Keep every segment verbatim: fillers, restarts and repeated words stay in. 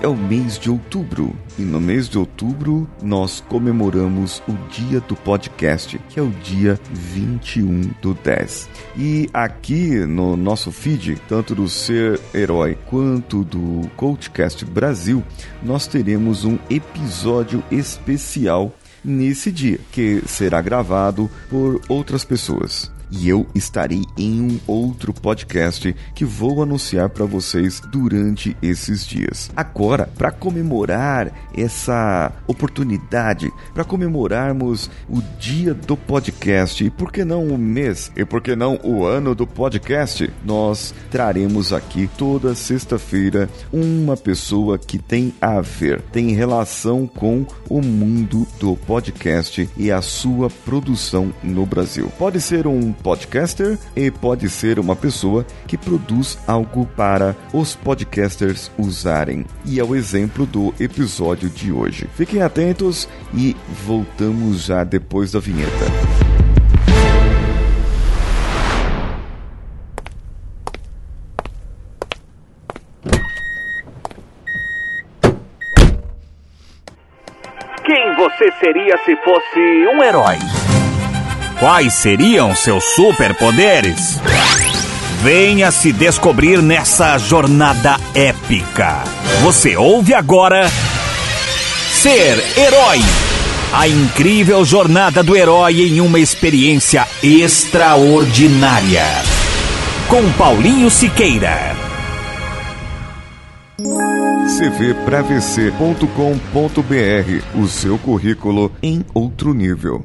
é o mês de outubro e no mês de outubro nós comemoramos o dia do podcast, que é o dia vinte e um do dez. E aqui no nosso feed, tanto do Ser Herói quanto do CoachCast Brasil, nós teremos um episódio especial nesse dia, que será gravado por outras pessoas. E eu estarei em um outro podcast que vou anunciar para vocês durante esses dias. Agora, para comemorar essa oportunidade, para comemorarmos o dia do podcast, e por que não o mês, e por que não o ano do podcast, nós traremos aqui toda sexta-feira uma pessoa que tem a ver, tem relação com o mundo do podcast e a sua produção no Brasil. Pode ser um podcaster e pode ser uma pessoa que produz algo para os podcasters usarem. E é o exemplo do episódio de hoje. Fiquem atentos e voltamos já depois da vinheta. Quem você seria se fosse um herói? Quais seriam seus superpoderes? Venha se descobrir nessa jornada épica. Você ouve agora Ser Herói. A incrível jornada do herói em uma experiência extraordinária. Com Paulinho Siqueira. c v pra v c ponto com ponto b r, o seu currículo em outro nível.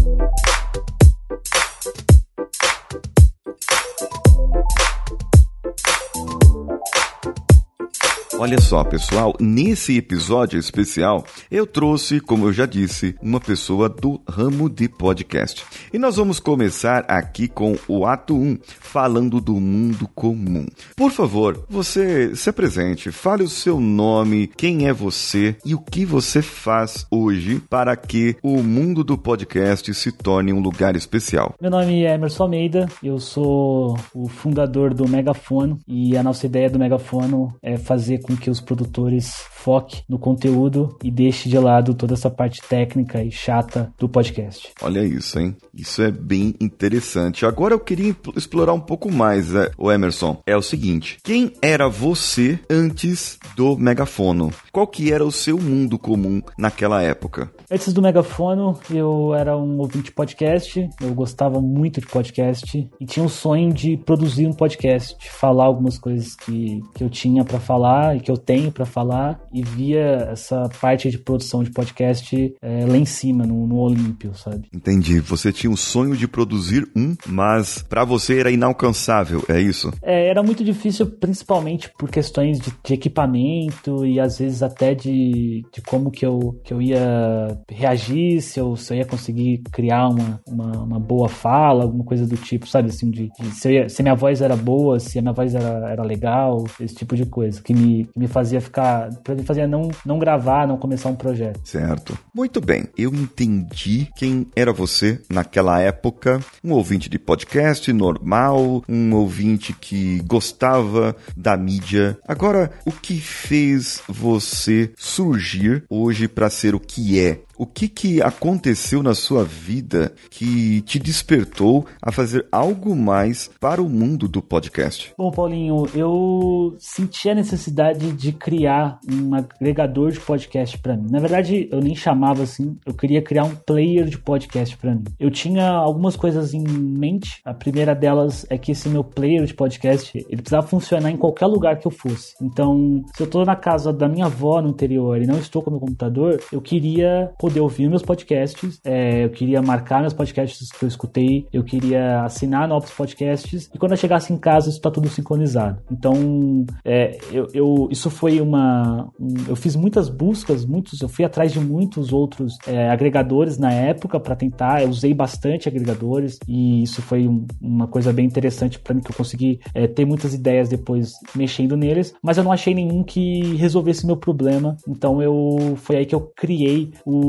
Olha só, pessoal, nesse episódio especial, eu trouxe, como eu já disse, uma pessoa do ramo de podcast. E nós vamos começar aqui com o ato um, falando do mundo comum. Por favor, você se apresente, fale o seu nome, quem é você e o que você faz hoje para que o mundo do podcast se torne um lugar especial. Meu nome é Emerson Almeida, eu sou o fundador do Megafono e a nossa ideia do Megafono é fazer com que os produtores foquem no conteúdo e deixem de lado toda essa parte técnica e chata do podcast. Olha isso, hein? Isso é bem interessante. Agora eu queria explorar um pouco mais, é, o Emerson. É o seguinte, quem era você antes do Megafono? Qual que era o seu mundo comum naquela época? Antes do Megafono, eu era um ouvinte de podcast, eu gostava muito de podcast e tinha o sonho de produzir um podcast, de falar algumas coisas que, que eu tinha para falar e que eu tenho para falar, e via essa parte de produção de podcast é, lá em cima, no, no Olímpio, sabe? Entendi. Você tinha o sonho de produzir um, mas para você era inalcançável, é isso? É, era muito difícil, principalmente por questões de, de equipamento e às vezes até de, de como que eu, que eu ia reagir, se eu, se eu ia conseguir criar uma, uma, uma boa fala, alguma coisa do tipo, sabe? Assim, de, de se, eu ia, se a minha voz era boa, se a minha voz era, era legal, esse tipo de coisa, que me, que me fazia ficar, me fazia não, não gravar, não começar um projeto. Certo. Muito bem, eu entendi quem era você naquela época, um ouvinte de podcast normal, um ouvinte que gostava da mídia. Agora, o que fez você surgir hoje para ser o que é? O que que aconteceu na sua vida que te despertou a fazer algo mais para o mundo do podcast? Bom, Paulinho, eu senti a necessidade de criar um agregador de podcast para mim. Na verdade, eu nem chamava assim, eu queria criar um player de podcast para mim. Eu tinha algumas coisas em mente. A primeira delas é que esse meu player de podcast, ele precisava funcionar em qualquer lugar que eu fosse. Então, se eu estou na casa da minha avó no interior e não estou com o meu computador, eu queria poder ouvir meus podcasts, é, eu queria marcar meus podcasts que eu escutei, eu queria assinar novos podcasts, e quando eu chegasse em casa isso está tudo sincronizado. Então é, eu, eu, isso foi uma um, eu fiz muitas buscas, muitos, eu fui atrás de muitos outros é, agregadores na época para tentar, eu usei bastante agregadores e isso foi um, uma coisa bem interessante para mim, que eu consegui é, ter muitas ideias depois mexendo neles, mas eu não achei nenhum que resolvesse meu problema. Então eu foi aí que eu criei o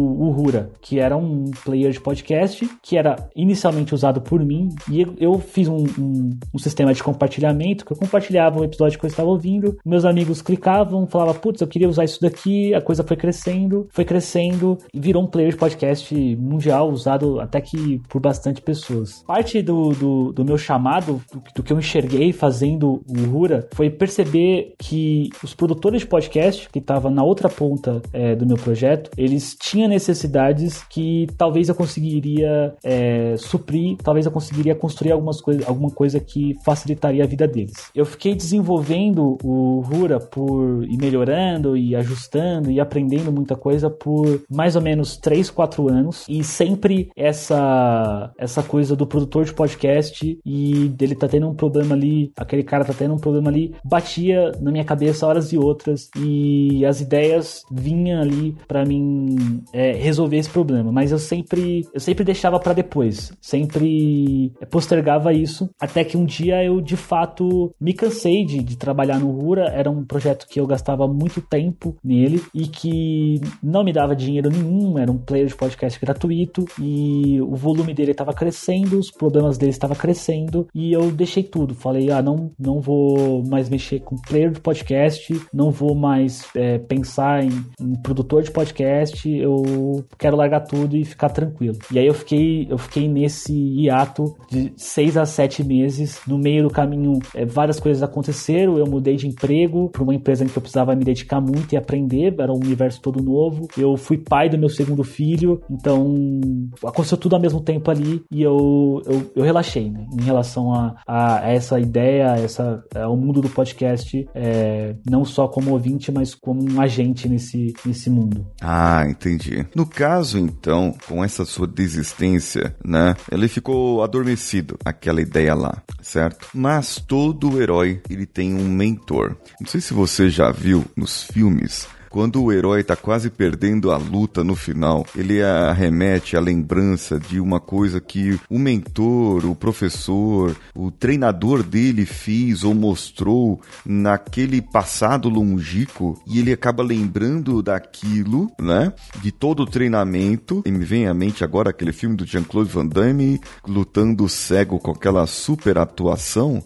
o Rura, que era um player de podcast, que era inicialmente usado por mim, e eu fiz um, um, um sistema de compartilhamento, que eu compartilhava o episódio que eu estava ouvindo, meus amigos clicavam, falavam, putz, eu queria usar isso daqui, a coisa foi crescendo, foi crescendo, e virou um player de podcast mundial, usado até que por bastante pessoas. Parte do, do, do meu chamado, do, do que eu enxerguei fazendo o Rura, foi perceber que os produtores de podcast, que estavam na outra ponta é, do meu projeto, eles tinham necessidades que talvez eu conseguiria é, suprir, talvez eu conseguiria construir algumas coisa, alguma coisa que facilitaria a vida deles. Eu fiquei desenvolvendo o Rura por ir melhorando e ajustando e aprendendo muita coisa por mais ou menos três, quatro anos, e sempre essa, essa coisa do produtor de podcast e dele tá tendo um problema ali, aquele cara tá tendo um problema ali, batia na minha cabeça horas e outras, e as ideias vinham ali pra mim é, resolver esse problema, mas eu sempre eu sempre deixava pra depois, sempre postergava isso, até que um dia eu de fato me cansei de, de trabalhar no Rura. Era um projeto que eu gastava muito tempo nele e que não me dava dinheiro nenhum, era um player de podcast gratuito e o volume dele estava crescendo, os problemas dele estavam crescendo, e eu deixei tudo, falei, ah, não, não vou mais mexer com player de podcast, não vou mais é, pensar em, em produtor de podcast, eu quero largar tudo e ficar tranquilo. E aí eu fiquei, eu fiquei nesse hiato de seis a sete meses, no meio do caminho é, várias coisas aconteceram, eu mudei de emprego para uma empresa em que eu precisava me dedicar muito e aprender, era um universo todo novo, eu fui pai do meu segundo filho, então aconteceu tudo ao mesmo tempo ali, e eu, eu, eu relaxei, né, em relação a, a essa ideia, a essa, ao mundo do podcast, é, não só como ouvinte, mas como um agente nesse, nesse mundo. Ah, entendi. No caso, então, com essa sua desistência, né, ele ficou adormecido, aquela ideia lá, certo? Mas todo herói, ele tem um mentor. Não sei se você já viu nos filmes, quando o herói tá quase perdendo a luta no final, ele arremete a lembrança de uma coisa que o mentor, o professor, o treinador dele fez ou mostrou naquele passado longínquo, e ele acaba lembrando daquilo, né? De todo o treinamento. E me vem à mente agora aquele filme do Jean-Claude Van Damme lutando cego com aquela super atuação.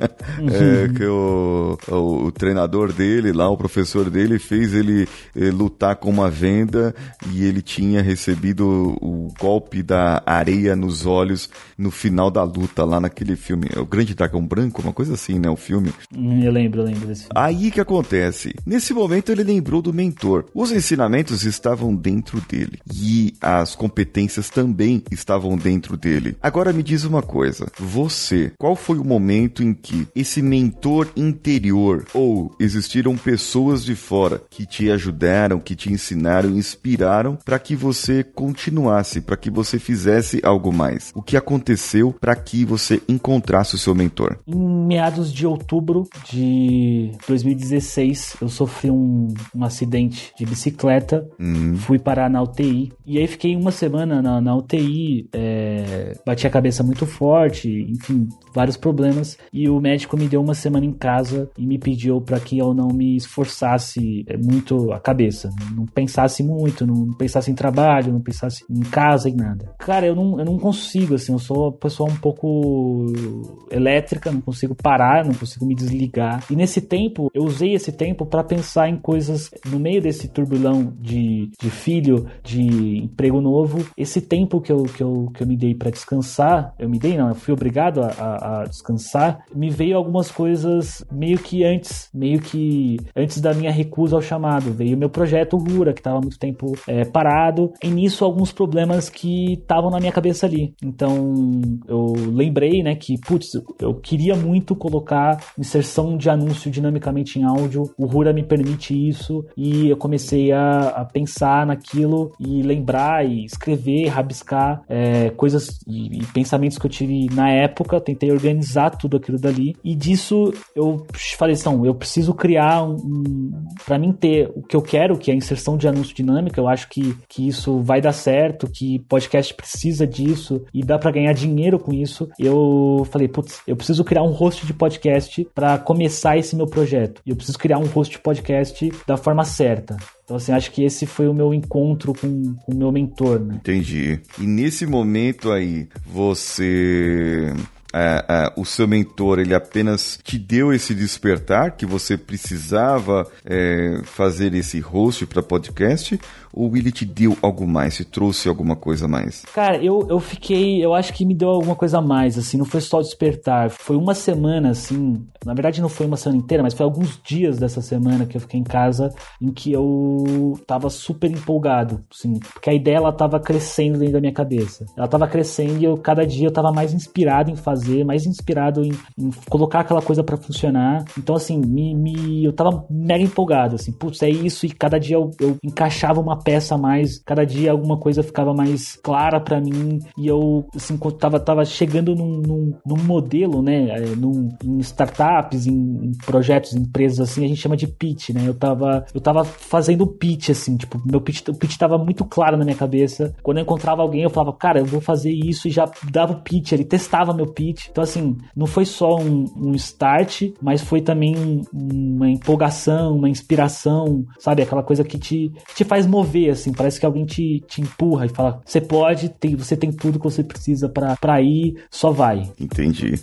é, que o, o, o treinador dele lá, o professor dele, fez ele Ele lutar com uma venda, e ele tinha recebido o golpe da areia nos olhos no final da luta lá naquele filme, o Grande Dragão Branco, uma coisa assim, né, o filme. Eu lembro, eu lembro desse filme. Aí que acontece? Nesse momento ele lembrou do mentor. Os ensinamentos estavam dentro dele e as competências também estavam dentro dele. Agora me diz uma coisa, você, qual foi o momento em que esse mentor interior, ou existiram pessoas de fora que te ajudaram, que te ensinaram, inspiraram para que você continuasse, para que você fizesse algo mais? O que aconteceu para que você encontrasse o seu mentor? Em meados de outubro de dois mil e dezesseis, eu sofri um, um acidente de bicicleta, uhum. Fui parar na U T I, e aí fiquei uma semana na, na U T I, é, bati a cabeça muito forte, enfim, vários problemas, e o médico me deu uma semana em casa e me pediu para que eu não me esforçasse muito a cabeça, não pensasse muito, não pensasse em trabalho, não pensasse em casa e nada. Cara, eu não, eu não consigo, assim, eu sou uma pessoa um pouco elétrica, não consigo parar, não consigo me desligar. E nesse tempo, eu usei esse tempo para pensar em coisas, no meio desse turbilhão de, de filho, de emprego novo, esse tempo que eu, que eu, que eu me dei para descansar, eu me dei não, eu fui obrigado a, a, a descansar, me veio algumas coisas meio que antes, meio que antes da minha recusa ao chamado. Veio o meu projeto Rura, que estava há muito tempo é, parado, e nisso alguns problemas que estavam na minha cabeça ali. Então eu lembrei, né, que putz, eu queria muito colocar inserção de anúncio dinamicamente em áudio, o Rura me permite isso, e eu comecei a, a pensar naquilo e lembrar e escrever, rabiscar é, coisas e, e pensamentos que eu tive na época, tentei organizar tudo aquilo dali, e disso eu falei assim, não, eu preciso criar um, um para mim ter o que eu quero, que é a inserção de anúncio dinâmica. Eu acho que, que isso vai dar certo, que podcast precisa disso e dá pra ganhar dinheiro com isso, eu falei, putz, eu preciso criar um host de podcast para começar esse meu projeto. E eu preciso criar um host de podcast da forma certa. Então, assim, acho que esse foi o meu encontro com, com o meu mentor, né? Entendi. E nesse momento aí, você... É, é, o seu mentor, ele apenas te deu esse despertar que você precisava é, fazer esse host para podcast, ou ele te deu algo mais, te trouxe alguma coisa a mais? Cara, eu, eu fiquei, eu acho que me deu alguma coisa a mais, assim, não foi só o despertar, foi uma semana, assim, na verdade não foi uma semana inteira, mas foi alguns dias dessa semana que eu fiquei em casa, em que eu tava super empolgado, assim, porque a ideia, ela tava crescendo dentro da minha cabeça, ela tava crescendo e eu, cada dia eu tava mais inspirado em fazer, mais inspirado em, em colocar aquela coisa pra funcionar, então, assim, me, me, eu tava mega empolgado, assim, putz, é isso, e cada dia eu, eu encaixava uma peça a mais, cada dia alguma coisa ficava mais clara pra mim, e eu, assim, tava, tava chegando num, num, num modelo, né, num, em startups, em, em projetos, em empresas, assim, a gente chama de pitch, né, eu tava, eu tava fazendo pitch, assim, tipo, meu pitch, o pitch tava muito claro na minha cabeça, quando eu encontrava alguém, eu falava, cara, eu vou fazer isso, e já dava o pitch, ele testava meu pitch, então, assim, não foi só um, um start, mas foi também uma empolgação, uma inspiração, sabe, aquela coisa que te, que te faz mover, assim, parece que alguém te, te empurra e fala, você pode, tem, você tem tudo que você precisa pra, pra ir, só vai. Entendi.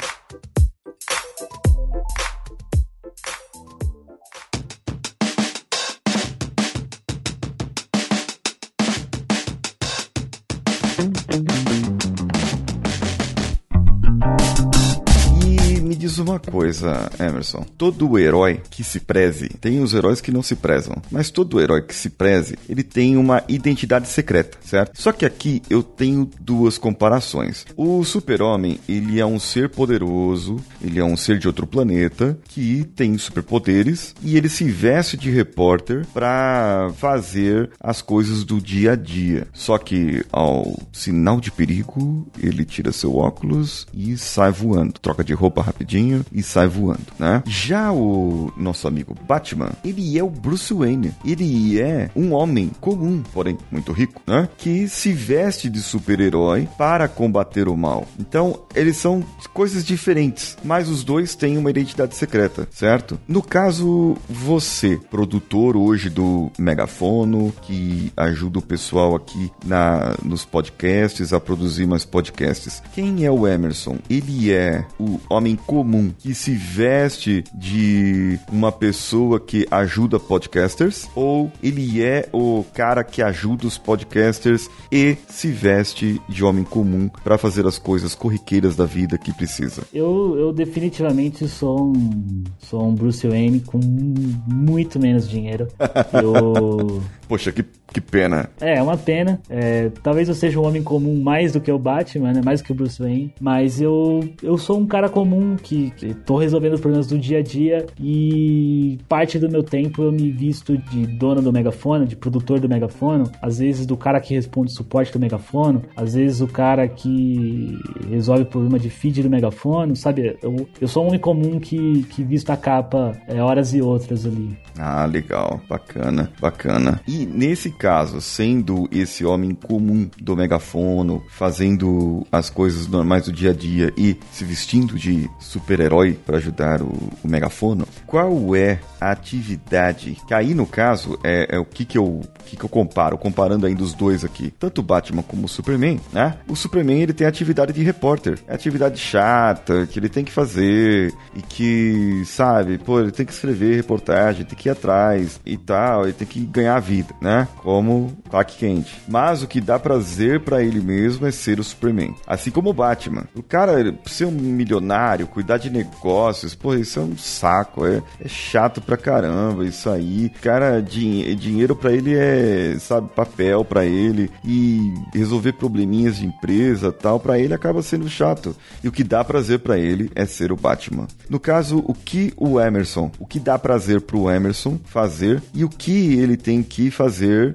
Diz uma coisa, Emerson, todo herói que se preze, tem os heróis que não se prezam, mas todo herói que se preze, ele tem uma identidade secreta, certo? Só que aqui eu tenho duas comparações. O super-homem, ele é um ser poderoso, ele é um ser de outro planeta, que tem superpoderes, e ele se veste de repórter para fazer as coisas do dia a dia. Só que ao sinal de perigo, ele tira seu óculos e sai voando, troca de roupa rapidinho e sai voando, né? Já o nosso amigo Batman, ele é o Bruce Wayne. Ele é um homem comum, porém muito rico, né? Que se veste de super-herói para combater o mal. Então, eles são coisas diferentes, mas os dois têm uma identidade secreta, certo? No caso, você, produtor hoje do Megafono, que ajuda o pessoal aqui na, nos podcasts a produzir mais podcasts. Quem é o Emerson? Ele é o homem comum que se veste de uma pessoa que ajuda podcasters, ou ele é o cara que ajuda os podcasters e se veste de homem comum para fazer as coisas corriqueiras da vida que precisa? Eu, eu definitivamente sou um, sou um Bruce Wayne com muito menos dinheiro. Eu... Poxa, que, que pena. É, é uma pena. É, talvez eu seja um homem comum mais do que o Batman, né? Mais do que o Bruce Wayne. Mas eu, eu sou um cara comum que, que tô resolvendo os problemas do dia a dia, e parte do meu tempo eu me visto de dono do megafono, de produtor do megafono, às vezes do cara que responde suporte do megafono, às vezes o cara que resolve o problema de feed do megafono, sabe? Eu, eu sou um homem comum que, que visto a capa é, horas e outras ali. Ah, legal. Bacana, bacana. E nesse caso, sendo esse homem comum do megafono, fazendo as coisas normais do dia a dia e se vestindo de super-herói para ajudar o, o megafono, qual é a atividade que aí no caso é, é o que que eu, o que que eu comparo, comparando ainda os dois aqui, tanto o Batman como o Superman, né? O Superman, ele tem a atividade de repórter, é a atividade chata que ele tem que fazer e que, sabe, pô, ele tem que escrever reportagem, tem que ir atrás e tal, ele tem que ganhar a vida, né? Como Clark Kent. Mas o que dá prazer pra ele mesmo é ser o Superman. Assim como o Batman. O cara ser um milionário, cuidar de negócios, pô, isso é um saco, é, é chato pra caramba isso aí. Cara, din- dinheiro pra ele é, sabe, papel pra ele, e resolver probleminhas de empresa tal, pra ele acaba sendo chato. E o que dá prazer pra ele é ser o Batman. No caso, o que o Emerson, o que dá prazer pro Emerson fazer e o que ele tem que fazer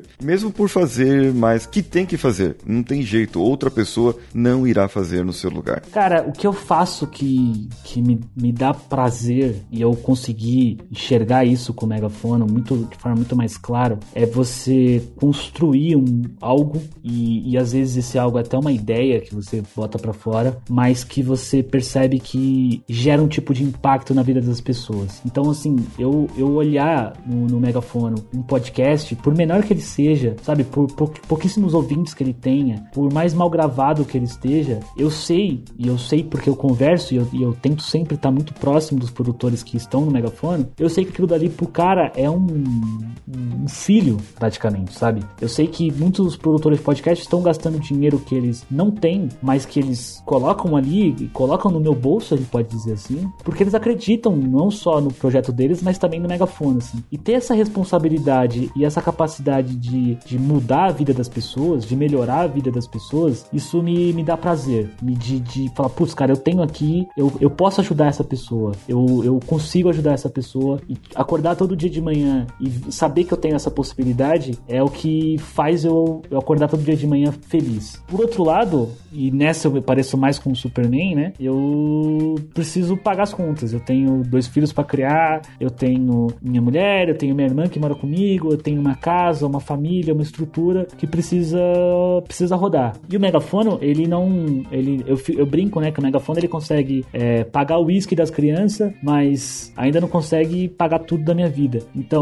mesmo por fazer, mas que tem que fazer, não tem jeito, outra pessoa não irá fazer no seu lugar. Cara, o que eu faço que, que me, me dá prazer e eu consegui enxergar isso com o megafone muito, de forma muito mais clara, é você construir um, algo e, e às vezes esse algo é até uma ideia que você bota pra fora, mas que você percebe que gera um tipo de impacto na vida das pessoas. Então, assim, eu, eu olhar no, no megafone um podcast, por menor que ele seja, sabe, por, por pouquíssimos ouvintes que ele tenha, por mais mal gravado que ele esteja, eu sei, e eu sei porque eu converso e eu, e eu tento sempre estar muito próximo dos produtores que estão no megafone, eu sei que aquilo dali pro cara é um, um filho, praticamente, sabe? Eu sei que muitos produtores de podcast estão gastando dinheiro que eles não têm, mas que eles colocam ali, colocam no meu bolso, a gente pode dizer assim, porque eles acreditam não só no projeto deles, mas também no megafone, assim. E ter essa responsabilidade e essa capacidade de, de mudar a vida das pessoas, de melhorar a vida das pessoas, isso me, me dá prazer. Me, de, de falar, putz, cara, eu tenho aqui, eu, eu posso ajudar essa pessoa, eu, eu consigo ajudar essa pessoa, e acordar todo dia de manhã e saber que eu tenho essa possibilidade é o que faz eu, eu acordar todo dia de manhã feliz. Por outro lado, e nessa eu me pareço mais com o Superman, né, eu preciso pagar as contas. Eu tenho dois filhos pra criar, eu tenho minha mulher, eu tenho minha irmã que mora comigo, eu tenho uma casa, uma família, uma estrutura que precisa precisa rodar. E o megafone, ele não... Ele, eu, eu brinco, né, que o megafone ele consegue é, pagar o uísque das crianças, mas ainda não consegue pagar tudo da minha vida. Então,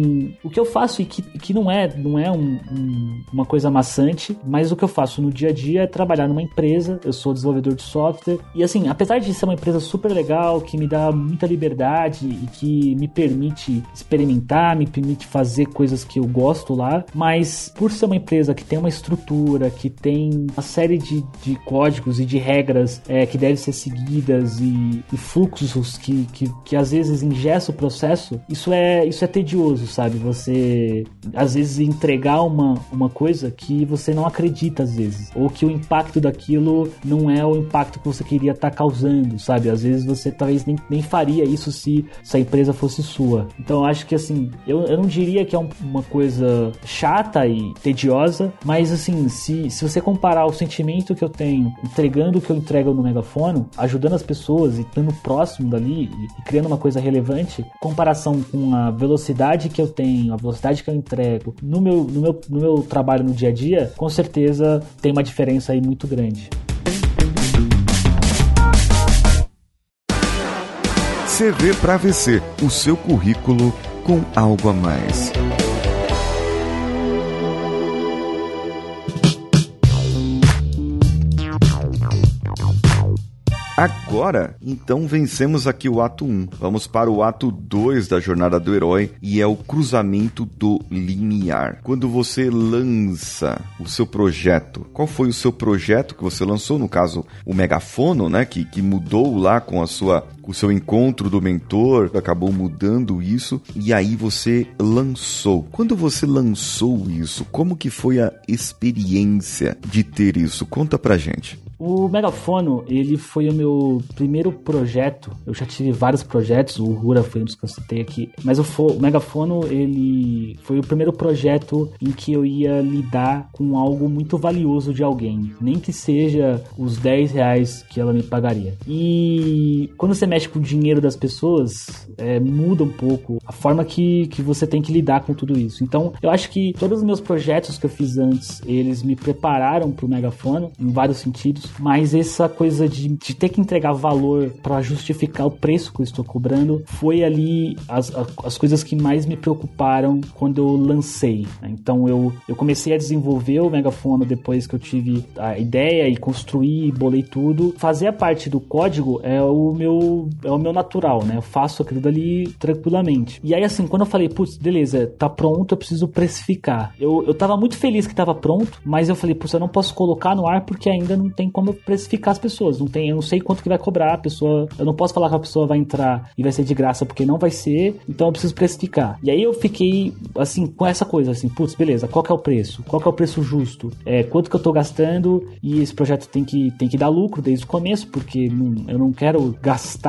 o que eu faço, e que, que não é, não é um, um, uma coisa maçante, mas o que eu faço no dia a dia é trabalhar numa empresa. Eu sou desenvolvedor de software, e assim, apesar de ser uma empresa super legal, que me dá muita liberdade e que me permite experimentar, me permite fazer coisas que eu gosto lá, mas por ser uma empresa que tem uma estrutura, que tem uma série de, de códigos e de regras é, que devem ser seguidas e, e fluxos que, que, que às vezes ingessa o processo, isso é, isso é tedioso, sabe? Você às vezes entregar uma, uma coisa que você não acredita às vezes, ou que o impacto daquilo não é o impacto que você queria estar tá causando, sabe? Às vezes você talvez nem, nem faria isso se, se a empresa fosse sua. Então eu acho que assim, eu, eu não diria que é um, uma coisa chata e tediosa, mas assim, se, se você comparar o sentimento que eu tenho entregando o que eu entrego no megafone, ajudando as pessoas e estando próximo dali e, e criando uma coisa relevante, em comparação com a velocidade que eu tenho, a velocidade que eu entrego no meu, no meu, no meu trabalho no dia a dia, com certeza tem uma diferença aí muito grande. C V para V C, o seu currículo com algo a mais. Agora, então, vencemos aqui o ato um. Vamos para o ato dois da jornada do herói, e é o cruzamento do limiar. Quando você lança o seu projeto, qual foi o seu projeto que você lançou? No caso, o megafono, né, que, que mudou lá com a sua... o seu encontro do mentor, acabou mudando isso, e aí você lançou. Quando você lançou isso, como que foi a experiência de ter isso? Conta pra gente. O Megafone, ele foi o meu primeiro projeto. Eu já tive vários projetos, o Rura foi um dos que eu citei aqui, mas o, o Megafone, ele foi o primeiro projeto em que eu ia lidar com algo muito valioso de alguém, nem que seja os dez reais que ela me pagaria. E quando você mexe com o dinheiro das pessoas, é, muda um pouco a forma que, que você tem que lidar com tudo isso. Então, eu acho que todos os meus projetos que eu fiz antes, eles me prepararam para o Megafone, em vários sentidos, mas essa coisa de, de ter que entregar valor para justificar o preço que eu estou cobrando foi ali as, as coisas que mais me preocuparam quando eu lancei, né? Então eu, eu comecei a desenvolver o Megafone depois que eu tive a ideia e construí, bolei tudo. Fazer a parte do código é o meu, é o meu natural, né? Eu faço aquilo dali tranquilamente. E aí assim, quando eu falei, putz, beleza, tá pronto, eu preciso precificar. Eu, eu tava muito feliz que tava pronto, mas eu falei, putz, eu não posso colocar no ar porque ainda não tem como eu precificar as pessoas. Não tem, eu não sei quanto que vai cobrar a pessoa. Eu não posso falar que a pessoa vai entrar e vai ser de graça porque não vai ser, então eu preciso precificar. E aí eu fiquei, assim, com essa coisa, assim, putz, beleza, qual que é o preço? Qual que é o preço justo? É, quanto que eu tô gastando? E esse projeto tem que, tem que dar lucro desde o começo, porque não, eu não quero gastar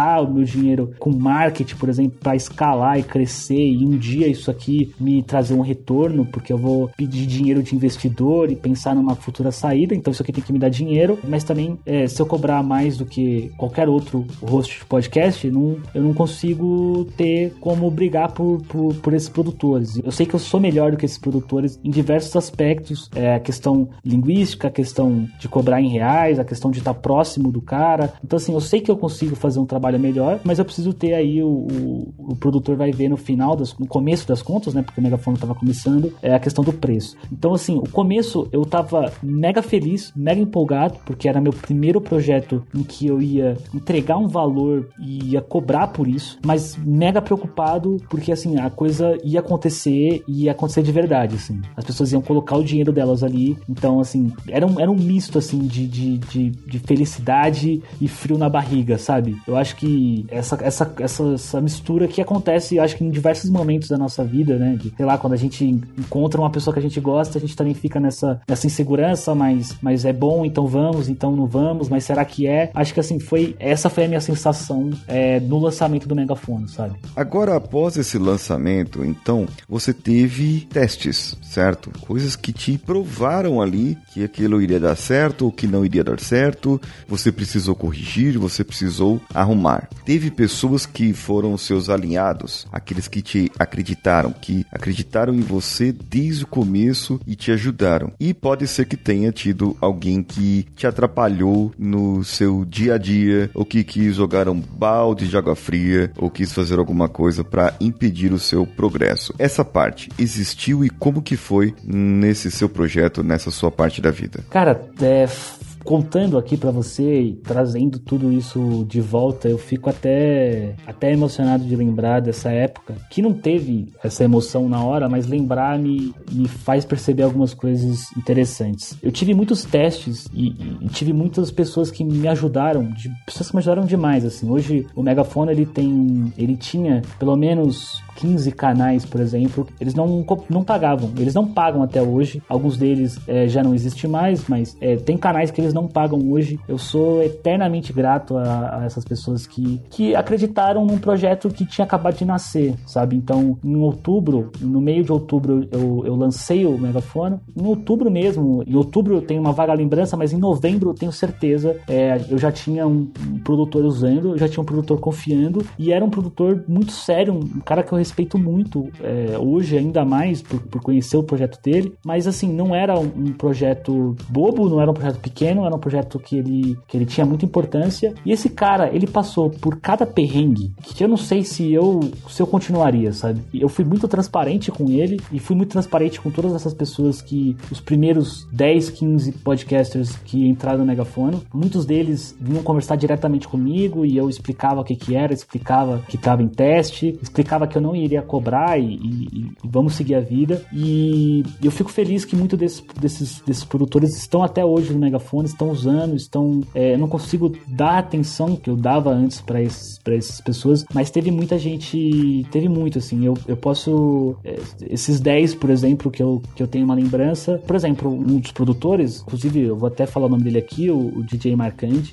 gastar o meu dinheiro com marketing, por exemplo, para escalar e crescer e um dia isso aqui me trazer um retorno, porque eu vou pedir dinheiro de investidor e pensar numa futura saída, então isso aqui tem que me dar dinheiro, mas também é, se eu cobrar mais do que qualquer outro host de podcast, não, eu não consigo ter como brigar por, por, por esses produtores. Eu sei que eu sou melhor do que esses produtores em diversos aspectos, é, a questão linguística, a questão de cobrar em reais, a questão de estar próximo do cara. Então assim, eu sei que eu consigo fazer um trabalho melhor, mas eu preciso ter aí o, o, o produtor vai ver no final, das, no começo das contas, né, porque o Megafone estava começando, é a questão do preço. Então assim, o começo eu tava mega feliz, mega empolgado, porque era meu primeiro projeto em que eu ia entregar um valor e ia cobrar por isso, mas mega preocupado, porque assim, a coisa ia acontecer e ia acontecer de verdade, assim. As pessoas iam colocar o dinheiro delas ali, então assim, era um, era um misto assim de, de, de, de felicidade e frio na barriga, sabe? Eu acho que essa, essa, essa, essa mistura que acontece, eu acho que em diversos momentos da nossa vida, né? De, sei lá, quando a gente encontra uma pessoa que a gente gosta, a gente também fica nessa, nessa insegurança, mas, mas é bom, então vamos, então não vamos, mas será que é? Acho que assim, foi, essa foi a minha sensação é, no lançamento do Megafone, sabe? Agora, após esse lançamento, então, você teve testes, certo? Coisas que te provaram ali que aquilo iria dar certo ou que não iria dar certo, você precisou corrigir, você precisou arrumar. Teve pessoas que foram seus alinhados, aqueles que te acreditaram, que acreditaram em você desde o começo e te ajudaram. E pode ser que tenha tido alguém que te atrapalhou no seu dia a dia, ou que quis jogar um balde de água fria, ou quis fazer alguma coisa para impedir o seu progresso. Essa parte existiu e como que foi nesse seu projeto, nessa sua parte da vida? Cara, é... contando aqui pra você e trazendo tudo isso de volta, eu fico até, até emocionado de lembrar dessa época, que não teve essa emoção na hora, mas lembrar me, me faz perceber algumas coisas interessantes. Eu tive muitos testes e, e tive muitas pessoas que me ajudaram, de, pessoas que me ajudaram demais, assim. Hoje o Megafone, ele tem, ele tinha pelo menos quinze canais, por exemplo, eles não, não pagavam, eles não pagam até hoje, alguns deles é, já não existem mais, mas é, tem canais que eles não pagam hoje. Eu sou eternamente grato a, a essas pessoas que, que acreditaram num projeto que tinha acabado de nascer, sabe? Então, em outubro, no meio de outubro, eu, eu lancei o Megafone. Em outubro mesmo, em outubro eu tenho uma vaga lembrança, mas em novembro eu tenho certeza, é, eu já tinha um, um produtor usando, eu já tinha um produtor confiando, e era um produtor muito sério, um cara que eu respeito muito, é, hoje ainda mais por, por conhecer o projeto dele, mas assim, não era um, um projeto bobo, não era um projeto pequeno, era um projeto que ele, que ele tinha muita importância, e esse cara, ele passou por cada perrengue que eu não sei se eu, se eu continuaria, sabe? Eu fui muito transparente com ele, e fui muito transparente com todas essas pessoas que, os primeiros dez, quinze podcasters que entraram no Megafone, muitos deles vinham conversar diretamente comigo, e eu explicava o que que era, explicava que estava em teste, explicava que eu não iria cobrar e, e, e vamos seguir a vida, e eu fico feliz que muitos desses, desses, desses produtores estão até hoje no Megafone, estão usando, estão, é, eu não consigo dar a atenção que eu dava antes para esses, para essas pessoas, mas teve muita gente, teve muito, assim, eu, eu posso, é, esses dez, por exemplo, que eu, que eu tenho uma lembrança, por exemplo, um dos produtores, inclusive eu vou até falar o nome dele aqui, o, o D J Marcante,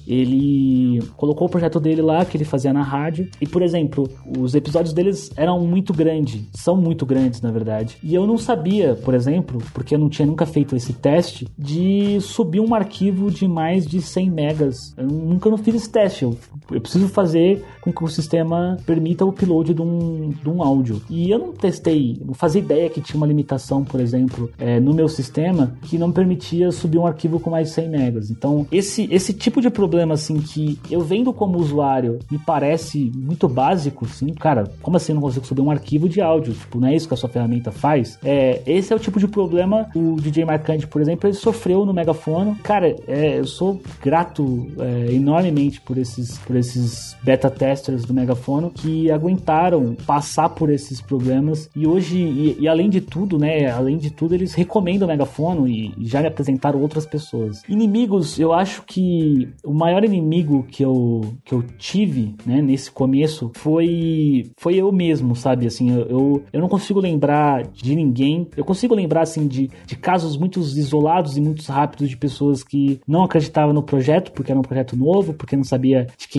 ele colocou o projeto dele lá, que ele fazia na rádio, e por exemplo, os episódios deles eram muito grandes, são muito grandes na verdade, e eu não sabia, por exemplo, porque eu não tinha nunca feito esse teste, de subir um arquivo de mais de cem megas, eu nunca não fiz esse teste, eu, eu preciso fazer com que o sistema permita o upload de um, de um áudio, e eu não testei, não fazia ideia que tinha uma limitação, por exemplo, é, no meu sistema, que não permitia subir um arquivo com mais de cem megas, então esse, esse tipo de problema, assim, que eu vendo como usuário, me parece muito básico, assim, cara, como assim eu não consigo subir um arquivo de áudio, tipo, não é isso que a sua ferramenta faz? É, esse é o tipo de problema, o D J Marcante, por exemplo, ele sofreu no Megafone. Cara, é, eu sou grato é, enormemente por esses, por esses beta testers do Megafone que aguentaram passar por esses problemas, e hoje, e, e além de tudo, né, além de tudo, eles recomendam o Megafone e, e já me apresentaram outras pessoas. Inimigos, eu acho que o maior inimigo que eu, que eu tive, né, nesse começo foi, foi eu mesmo, sabe? Assim, eu, eu, eu não consigo lembrar de ninguém, eu consigo lembrar, assim, de, de casos muito isolados e muito rápidos de pessoas que não acreditavam no projeto, porque era um projeto novo, porque não sabia de quem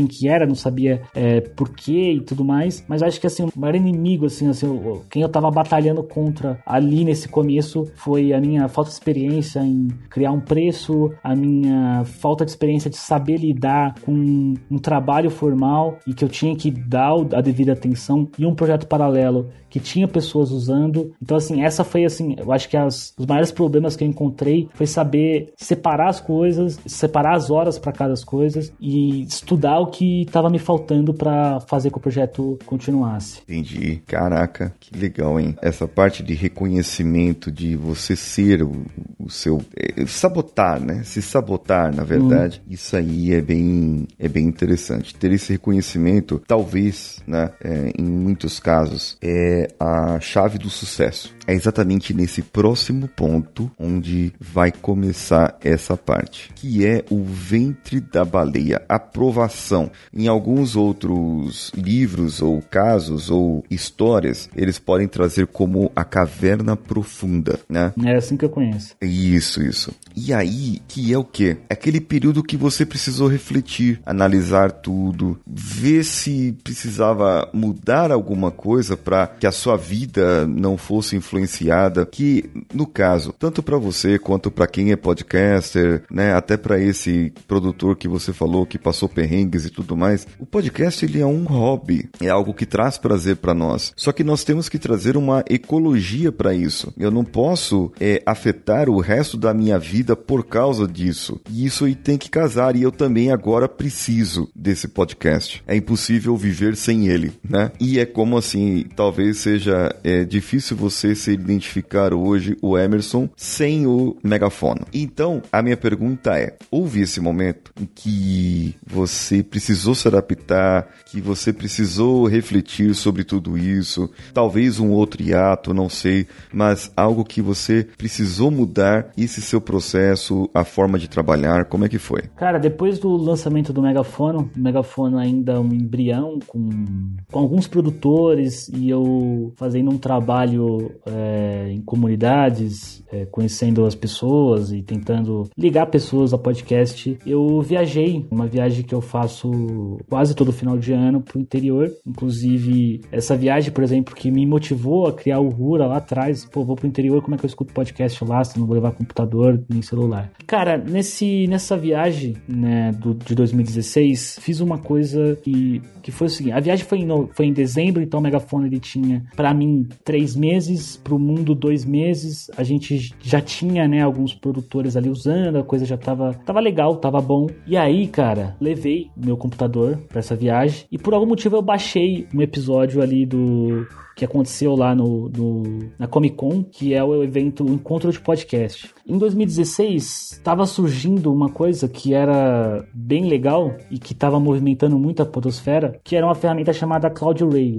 quem que era, não sabia é, porquê e tudo mais, mas acho que assim, o maior inimigo, assim, assim, quem eu tava batalhando contra ali nesse começo foi a minha falta de experiência em criar um preço, a minha falta de experiência de saber lidar com um trabalho formal e que eu tinha que dar a devida atenção, e um projeto paralelo que tinha pessoas usando. Então, assim, essa foi, assim, eu acho que as, os maiores problemas que eu encontrei foi saber separar as coisas, separar as horas para cada coisas e estudar o que estava me faltando para fazer que o projeto continuasse. Entendi. Caraca, que legal, hein? Essa parte de reconhecimento, de você ser o, o seu... É, sabotar, né? Se sabotar, na verdade. Hum. Isso aí é bem, é bem interessante. Ter esse reconhecimento, talvez, né? É, em muitos casos, é a chave do sucesso. É exatamente nesse próximo ponto onde vai começar essa parte, que é o ventre da baleia, a provação. Em alguns outros livros ou casos ou histórias, eles podem trazer como a caverna profunda, né? É assim que eu conheço. Isso, isso. E aí, que é o quê? É aquele período que você precisou refletir, analisar tudo, ver se precisava mudar alguma coisa para que a sua vida não fosse influenciada, que no caso, tanto para você quanto para quem é podcaster, né, até para esse produtor que você falou que passou perrengues e tudo mais, o podcast ele é um hobby, é algo que traz prazer para nós. Só que nós temos que trazer uma ecologia para isso. Eu não posso é, afetar o resto da minha vida por causa disso. E isso aí tem que casar, e eu também agora preciso desse podcast. É impossível viver sem ele, né? E é como assim, talvez seja é, difícil você se identificar hoje o Emerson sem o megafone. Então, a minha pergunta é, houve esse momento em que você precisou se adaptar, que você precisou refletir sobre tudo isso, talvez um outro hiato, não sei, mas algo que você precisou mudar, esse seu processo, a forma de trabalhar, como é que foi? Cara, depois do lançamento do Megafono, o Megafono ainda é um embrião com, com alguns produtores e eu fazendo um trabalho é, em comunidades, é, conhecendo as pessoas e tentando ligar pessoas a podcast, eu viajei, uma viagem que eu faço quase todo final de ano pro interior, inclusive essa viagem, por exemplo, que me motivou a criar o Rura lá atrás, pô, vou pro interior, como é que eu escuto podcast lá, se não vou levar computador nem celular? Cara, nesse, nessa viagem, né, do, de dois mil e dezesseis, fiz uma coisa que, que foi o seguinte, a viagem foi em, no, foi em dezembro, então o Megafone ele tinha, pra mim, três meses, pro mundo dois meses, a gente já tinha, né, alguns produtores ali usando, a coisa já tava, tava legal, tava bom, e aí, cara, levei meu computador pra essa viagem, e por algum motivo eu baixei um episódio ali do... que aconteceu lá no, no, na Comic Con, que é o evento Encontro de Podcast. Em dois mil e dezesseis, estava surgindo uma coisa que era bem legal e que estava movimentando muito a podosfera, que era uma ferramenta chamada Cloud Radio.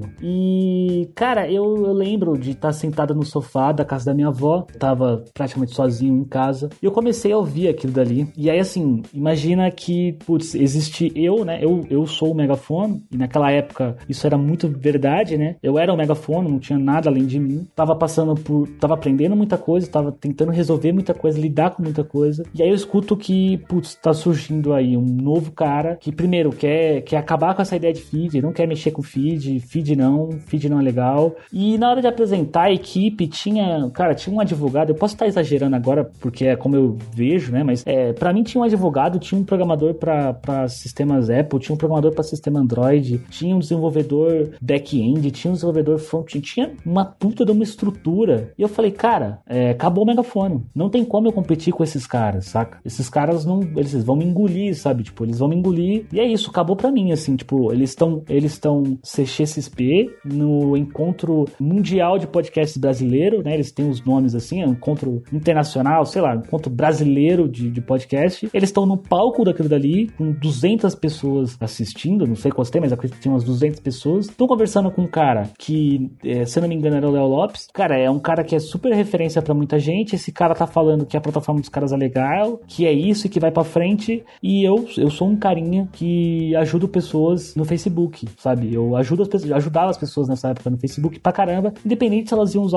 E, cara, eu, eu lembro de estar sentado no sofá da casa da minha avó, tava praticamente sozinho em casa, e eu comecei a ouvir aquilo dali. E aí, assim, imagina que, putz, existe eu, né? Eu, eu sou o megafone, e naquela época isso era muito verdade, né? Eu era o megafone, não tinha nada além de mim, tava passando por, tava aprendendo muita coisa, tava tentando resolver muita coisa, lidar com muita coisa, e aí eu escuto que, putz, tá surgindo aí um novo cara que primeiro quer, quer acabar com essa ideia de feed, não quer mexer com feed, feed não, feed não é legal, e na hora de apresentar a equipe, tinha, cara, tinha um advogado, eu posso estar exagerando agora, porque é como eu vejo, né, mas é, pra mim tinha um advogado, tinha um programador pra, pra sistemas Apple, tinha um programador pra sistema Android, tinha um desenvolvedor back-end, tinha um desenvolvedor front, tinha uma puta de uma estrutura. E eu falei, cara, é, acabou o megafone. Não tem como eu competir com esses caras, saca? Esses caras não, eles vão me engolir, sabe? Tipo, eles vão me engolir. E é isso, acabou pra mim, assim, tipo, eles estão eles estão C X S P no Encontro Mundial de Podcasts Brasileiro, né? Eles têm os nomes assim, é um encontro internacional, sei lá, encontro brasileiro de, de podcast. Eles estão no palco daquilo dali, com duzentas pessoas assistindo, não sei quantos tem, mas acredito que tinha umas duzentas pessoas. Estão conversando com um cara que É, se eu não me engano era o Léo Lopes, cara, é um cara que é super referência pra muita gente, esse cara tá falando que a plataforma dos caras é legal, que é isso e que vai pra frente, e eu, eu sou um carinha que ajudo pessoas no Facebook, sabe, eu ajudo as pessoas, ajudava as pessoas nessa época no Facebook pra caramba, independente se elas iam usar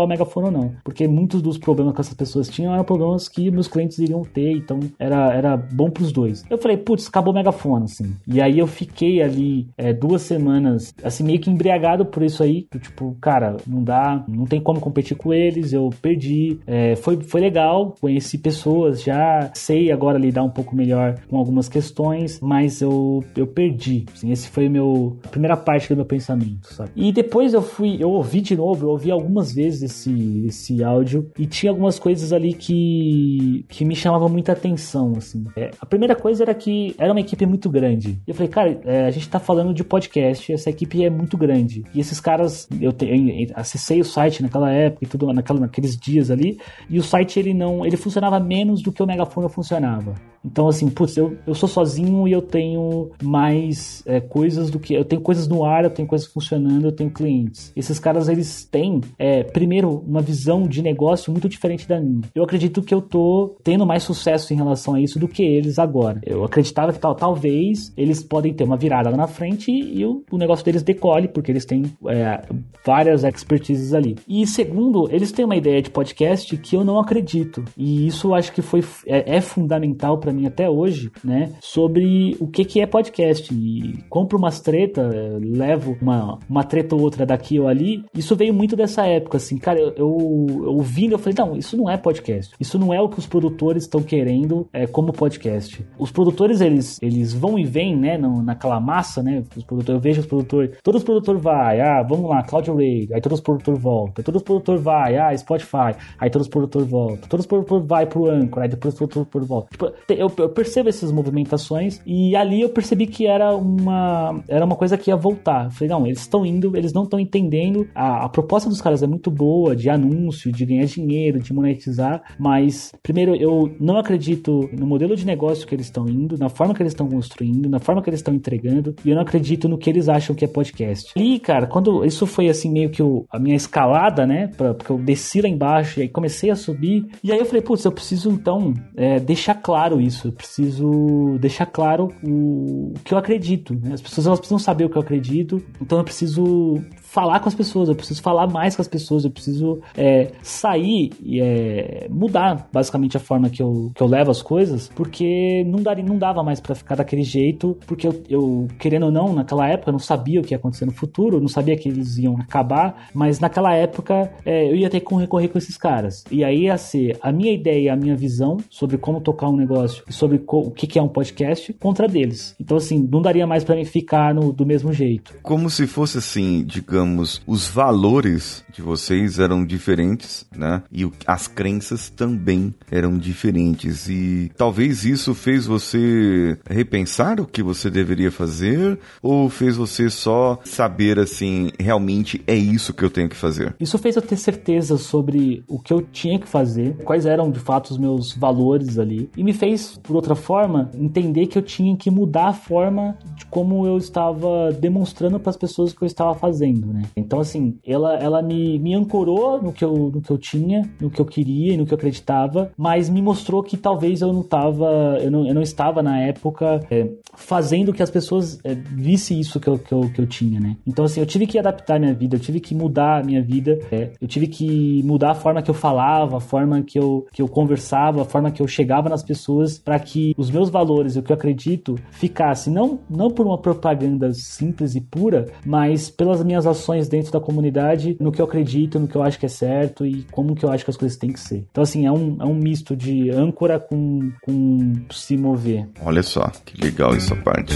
o megafone ou não. Porque muitos dos problemas que essas pessoas tinham eram problemas que meus clientes iriam ter, então era, era bom pros dois. Eu falei, putz, acabou o megafone, assim. E aí eu fiquei ali é, duas semanas, assim, meio que embriagado por isso aí. Tipo, cara, não dá, não tem como competir com eles, eu perdi. É, foi, foi legal, conheci pessoas, já sei agora lidar um pouco melhor com algumas questões, mas eu, eu perdi. Assim, esse foi o meu, a primeira parte do meu pensamento, sabe? E depois eu fui, eu ouvi de novo, eu ouvi algumas vezes esse, esse áudio e tinha algumas coisas ali que, que me chamavam muita atenção, assim. É, a primeira coisa era que era uma equipe muito grande. Eu falei, cara, é, a gente tá falando de podcast, essa equipe é muito grande. E esses caras, eu, te, eu acessei o site naquela época e tudo, naquela, naqueles dias ali, e o site ele não, ele funcionava menos do que o megafone funcionava. Então, assim, putz, eu, eu sou sozinho e eu tenho mais é, coisas do que... Eu tenho coisas no ar, eu tenho coisas funcionando, eu tenho clientes. Esses caras, eles têm, é, primeiro, uma visão de negócio muito diferente da minha. Eu acredito que eu tô tendo mais sucesso em relação a isso do que eles agora. Eu acreditava que tal, talvez eles podem ter uma virada lá na frente e, e o, o negócio deles decole, porque eles têm é, várias expertises ali. E segundo, eles têm uma ideia de podcast que eu não acredito. E isso eu acho que foi, é, é fundamental pra mim até hoje, né, sobre o que que é podcast. E compro umas treta, levo uma, uma treta ou outra daqui ou ali. Isso veio muito dessa época, assim, cara, eu, eu, eu ouvindo, eu falei, não, isso não é podcast. Isso não é o que os produtores estão querendo é, como podcast. Os produtores, eles, eles vão e vêm, né, no, naquela massa, né, os produtores, eu vejo os produtores, todos os produtores vai, ah, vamos lá, Cloud Radio, aí todos os produtores voltam, todos os produtores vai, ah, Spotify, aí todos os produtores voltam, todos os produtores vai pro Anchor, aí depois os produtores voltam. Tipo, eu Eu, eu percebo essas movimentações e ali eu percebi que era uma, era uma coisa que ia voltar. Eu falei, não, eles estão indo, eles não estão entendendo. A, a proposta dos caras é muito boa, de anúncio, de ganhar dinheiro, de monetizar, mas primeiro eu não acredito no modelo de negócio que eles estão indo, na forma que eles estão construindo, na forma que eles estão entregando, e eu não acredito no que eles acham que é podcast. E, cara, quando isso foi assim meio que o, a minha escalada, né, pra, porque eu desci lá embaixo e aí comecei a subir, e aí eu falei, putz, eu preciso então é, deixar claro isso. Eu preciso deixar claro o, o que eu acredito, né? As pessoas elas precisam saber o que eu acredito, então eu preciso falar com as pessoas, eu preciso falar mais com as pessoas, eu preciso é, sair e é, mudar basicamente a forma que eu, que eu levo as coisas, porque não, daria, não dava mais pra ficar daquele jeito, porque eu, eu, querendo ou não, naquela época eu não sabia o que ia acontecer no futuro, eu não sabia que eles iam acabar, mas naquela época é, eu ia ter que recorrer com esses caras, e aí ia ser a minha ideia, a minha visão sobre como tocar um negócio e sobre co- o que, que é um podcast contra deles. Então assim, não daria mais pra mim ficar no, do mesmo jeito. Como se fosse assim, digamos, os valores de vocês eram diferentes, né? E o, as crenças também eram diferentes. E talvez isso fez você repensar o que você deveria fazer, ou fez você só saber assim, realmente é isso que eu tenho que fazer? Isso fez eu ter certeza sobre o que eu tinha que fazer, quais eram de fato os meus valores ali, e me fez, por outra forma, entender que eu tinha que mudar a forma de como eu estava demonstrando para as pessoas o que eu estava fazendo, né? Então, assim, ela, ela me, me ancorou no que, eu, no que eu tinha, no que eu queria e no que eu acreditava, mas me mostrou que talvez eu não estava, eu não, eu não estava na época é, fazendo que as pessoas é, vissem isso que eu, que, eu, que eu tinha, né? Então, assim, eu tive que adaptar minha vida, eu tive que mudar a minha vida, é, eu tive que mudar a forma que eu falava, a forma que eu, que eu conversava, a forma que eu chegava nas pessoas, para que os meus valores e o que eu acredito ficasse, não, não por uma propaganda simples e pura, mas pelas minhas ações dentro da comunidade, no que eu acredito, no que eu acho que é certo e como que eu acho que as coisas têm que ser. Então, assim, é um, é um misto de âncora com, com se mover. Olha só, que legal essa parte.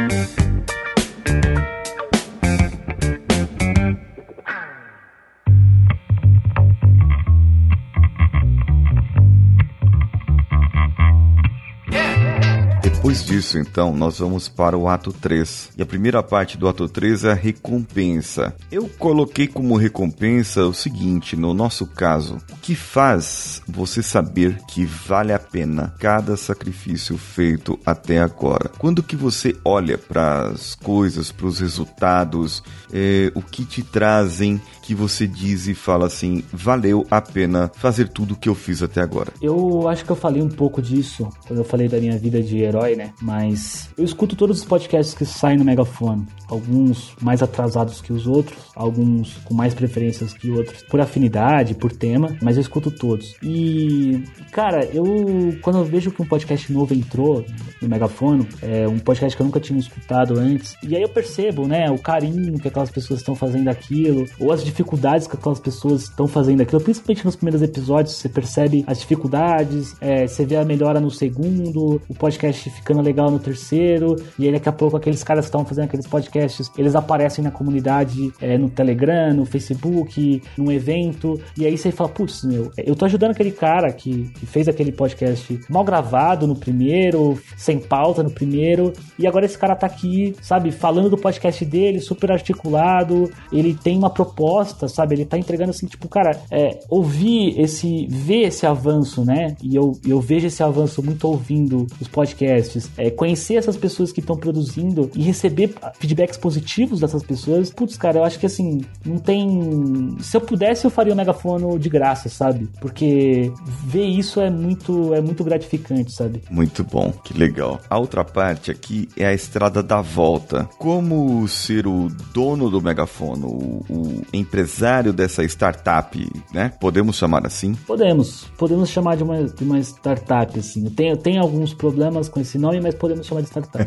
Depois disso, então, nós vamos para o ato três. E a primeira parte do ato três é a recompensa. Eu coloquei como recompensa o seguinte, no nosso caso: o que faz você saber que vale a pena cada sacrifício feito até agora? Quando que você olha para as coisas, para os resultados, é, o que te trazem, que você diz e fala assim, valeu a pena fazer tudo o que eu fiz até agora? Eu acho que eu falei um pouco disso quando eu falei da minha vida de herói, né? mas eu escuto todos os podcasts que saem no Megafone. Alguns mais atrasados que os outros, alguns com mais preferências que outros, por afinidade, por tema, mas eu escuto todos. E, cara, eu quando eu vejo que um podcast novo entrou no Megafone, é um podcast que eu nunca tinha escutado antes, e aí eu percebo, né, o carinho que aquelas pessoas estão fazendo aquilo, ou as dificuldades que aquelas pessoas estão fazendo aquilo, principalmente nos primeiros episódios, você percebe as dificuldades, é, você vê a melhora no segundo, o podcast ficando legal no terceiro, e aí daqui a pouco aqueles caras que estavam fazendo aqueles podcasts, eles aparecem na comunidade, é, no Telegram, no Facebook, num evento, e aí você fala, putz, meu, eu tô ajudando aquele cara que, que fez aquele podcast mal gravado no primeiro, sem pauta no primeiro, e agora esse cara tá aqui, sabe, falando do podcast dele, super articulado, ele tem uma proposta, sabe, ele tá entregando assim, tipo, cara, é, ouvir esse, ver esse avanço, né, e eu, eu vejo esse avanço muito ouvindo os podcasts, é, conhecer essas pessoas que estão produzindo e receber feedbacks positivos dessas pessoas, putz, cara, eu acho que assim, não tem... Se eu pudesse, eu faria o Megafone de graça, sabe? Porque ver isso é muito, é muito gratificante, sabe? Muito bom, que legal. A outra parte aqui é a estrada da volta. Como ser o dono do Megafone, o, o empresário dessa startup, né? Podemos chamar assim? Podemos. Podemos chamar de uma, de uma startup, assim. Eu tenho, eu tenho alguns problemas com esse nome, mas podemos chamar de startup.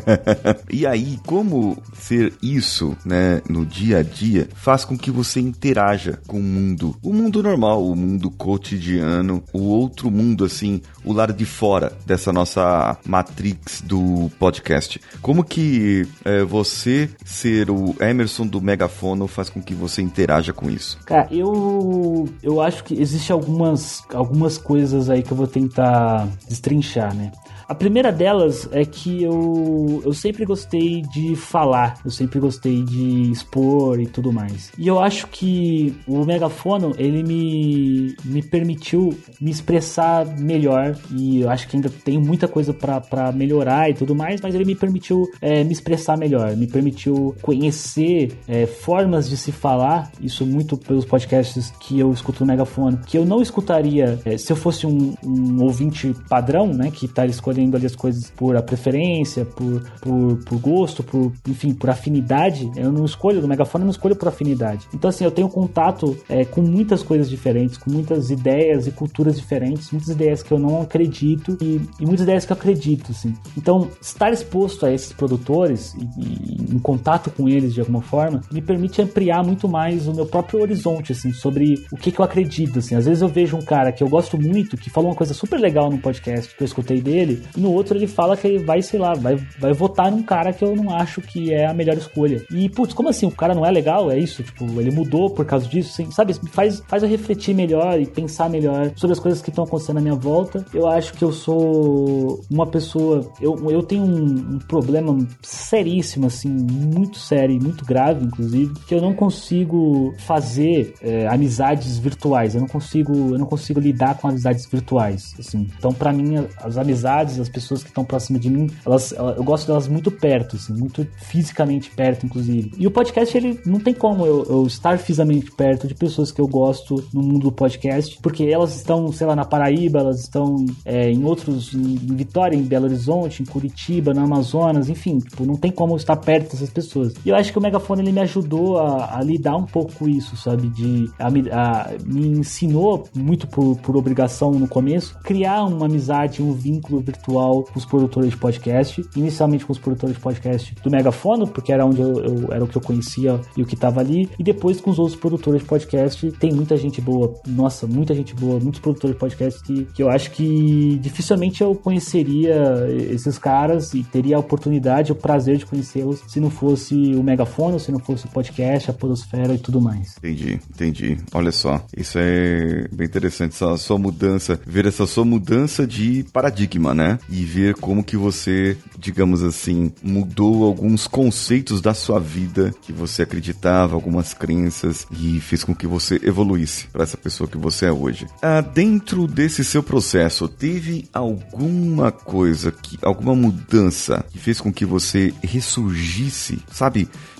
E aí, como ser isso, né, no dia a dia, faz com que você interaja com o mundo. O mundo normal, o mundo cotidiano, o outro mundo, assim, o lado de fora dessa nossa matrix do podcast. Como que é, você ser o Emerson do Megafone faz com que você interaja com isso? Cara, eu, eu acho que existem algumas, algumas coisas aí que eu vou tentar destrinchar, né? A primeira delas é que eu, eu sempre gostei de falar, eu sempre gostei de expor e tudo mais. E eu acho que o Megafone, ele me, me permitiu me expressar melhor, e eu acho que ainda tenho muita coisa pra, pra melhorar e tudo mais, mas ele me permitiu é, me expressar melhor, me permitiu conhecer é, formas de se falar, isso muito pelos podcasts que eu escuto no Megafone, que eu não escutaria é, se eu fosse um, um ouvinte padrão, né, que tá escolhendo ali as coisas por a preferência, por, por, por gosto, por, enfim, por afinidade. Eu não escolho, no Megafone eu não escolho por afinidade. Então assim, eu tenho contato é, com muitas coisas diferentes, com muitas ideias e culturas diferentes, muitas ideias que eu não acredito e, e muitas ideias que eu acredito, assim. Então, estar exposto a esses produtores e, e em contato com eles de alguma forma, me permite ampliar muito mais o meu próprio horizonte, assim, sobre o que, que eu acredito, assim. Às vezes eu vejo um cara que eu gosto muito, que falou uma coisa super legal no podcast que eu escutei dele, e no outro ele fala que ele vai, sei lá, vai, vai votar num cara que eu não acho que é a melhor escolha. E, putz, como assim? O cara não é legal? É isso? Tipo, ele mudou por causa disso? Assim, sabe? Faz, faz eu refletir melhor e pensar melhor sobre as coisas que estão acontecendo à minha volta. Eu acho que eu sou uma pessoa... Eu, eu tenho um, um problema seríssimo, assim, muito sério, muito grave, inclusive, que eu não consigo fazer é, amizades virtuais. Eu não consigo, eu não consigo lidar com amizades virtuais, assim. Então, pra mim, as amizades, as pessoas que estão próximas de mim, elas, eu gosto delas muito perto, assim, muito fisicamente perto, inclusive. E o podcast, ele não tem como eu, eu estar fisicamente perto de pessoas que eu gosto no mundo do podcast, porque elas estão, sei lá, na Paraíba, elas estão é, em outros, em, em Vitória, em Belo Horizonte, em Curitiba, no Amazonas, enfim, tipo, não tem como eu estar perto dessas pessoas. E eu acho que o Megafone, ele me ajudou a, a lidar um pouco com isso, sabe, de, a, a, me ensinou muito por, por obrigação no começo, criar uma amizade, um vínculo virtual com os produtores de podcast, inicialmente com os produtores de podcast do Megafone, porque era onde eu, eu era o que eu conhecia e o que tava ali, e depois com os outros produtores de podcast. Tem muita gente boa, nossa, muita gente boa, muitos produtores de podcast que, que eu acho que dificilmente eu conheceria esses caras e teria a oportunidade, o prazer de conhecê-los se não fosse o Megafone, se não fosse o podcast, a podosfera e tudo mais. Entendi, entendi. Olha só, isso é bem interessante, essa sua mudança, ver essa sua mudança de paradigma, né? E ver como que você, digamos assim, mudou alguns conceitos da sua vida que você acreditava, algumas crenças, e fez com que você evoluísse para essa pessoa que você é hoje. Ah, dentro desse seu processo, teve alguma coisa, que, alguma mudança que fez com que você ressurgisse, sabe?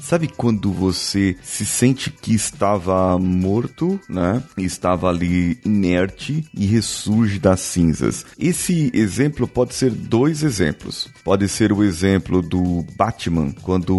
Sabe quando você se sente que estava morto, né? Estava ali inerte e ressurge das cinzas. Esse exemplo pode ser dois exemplos. Pode ser o exemplo do Batman, quando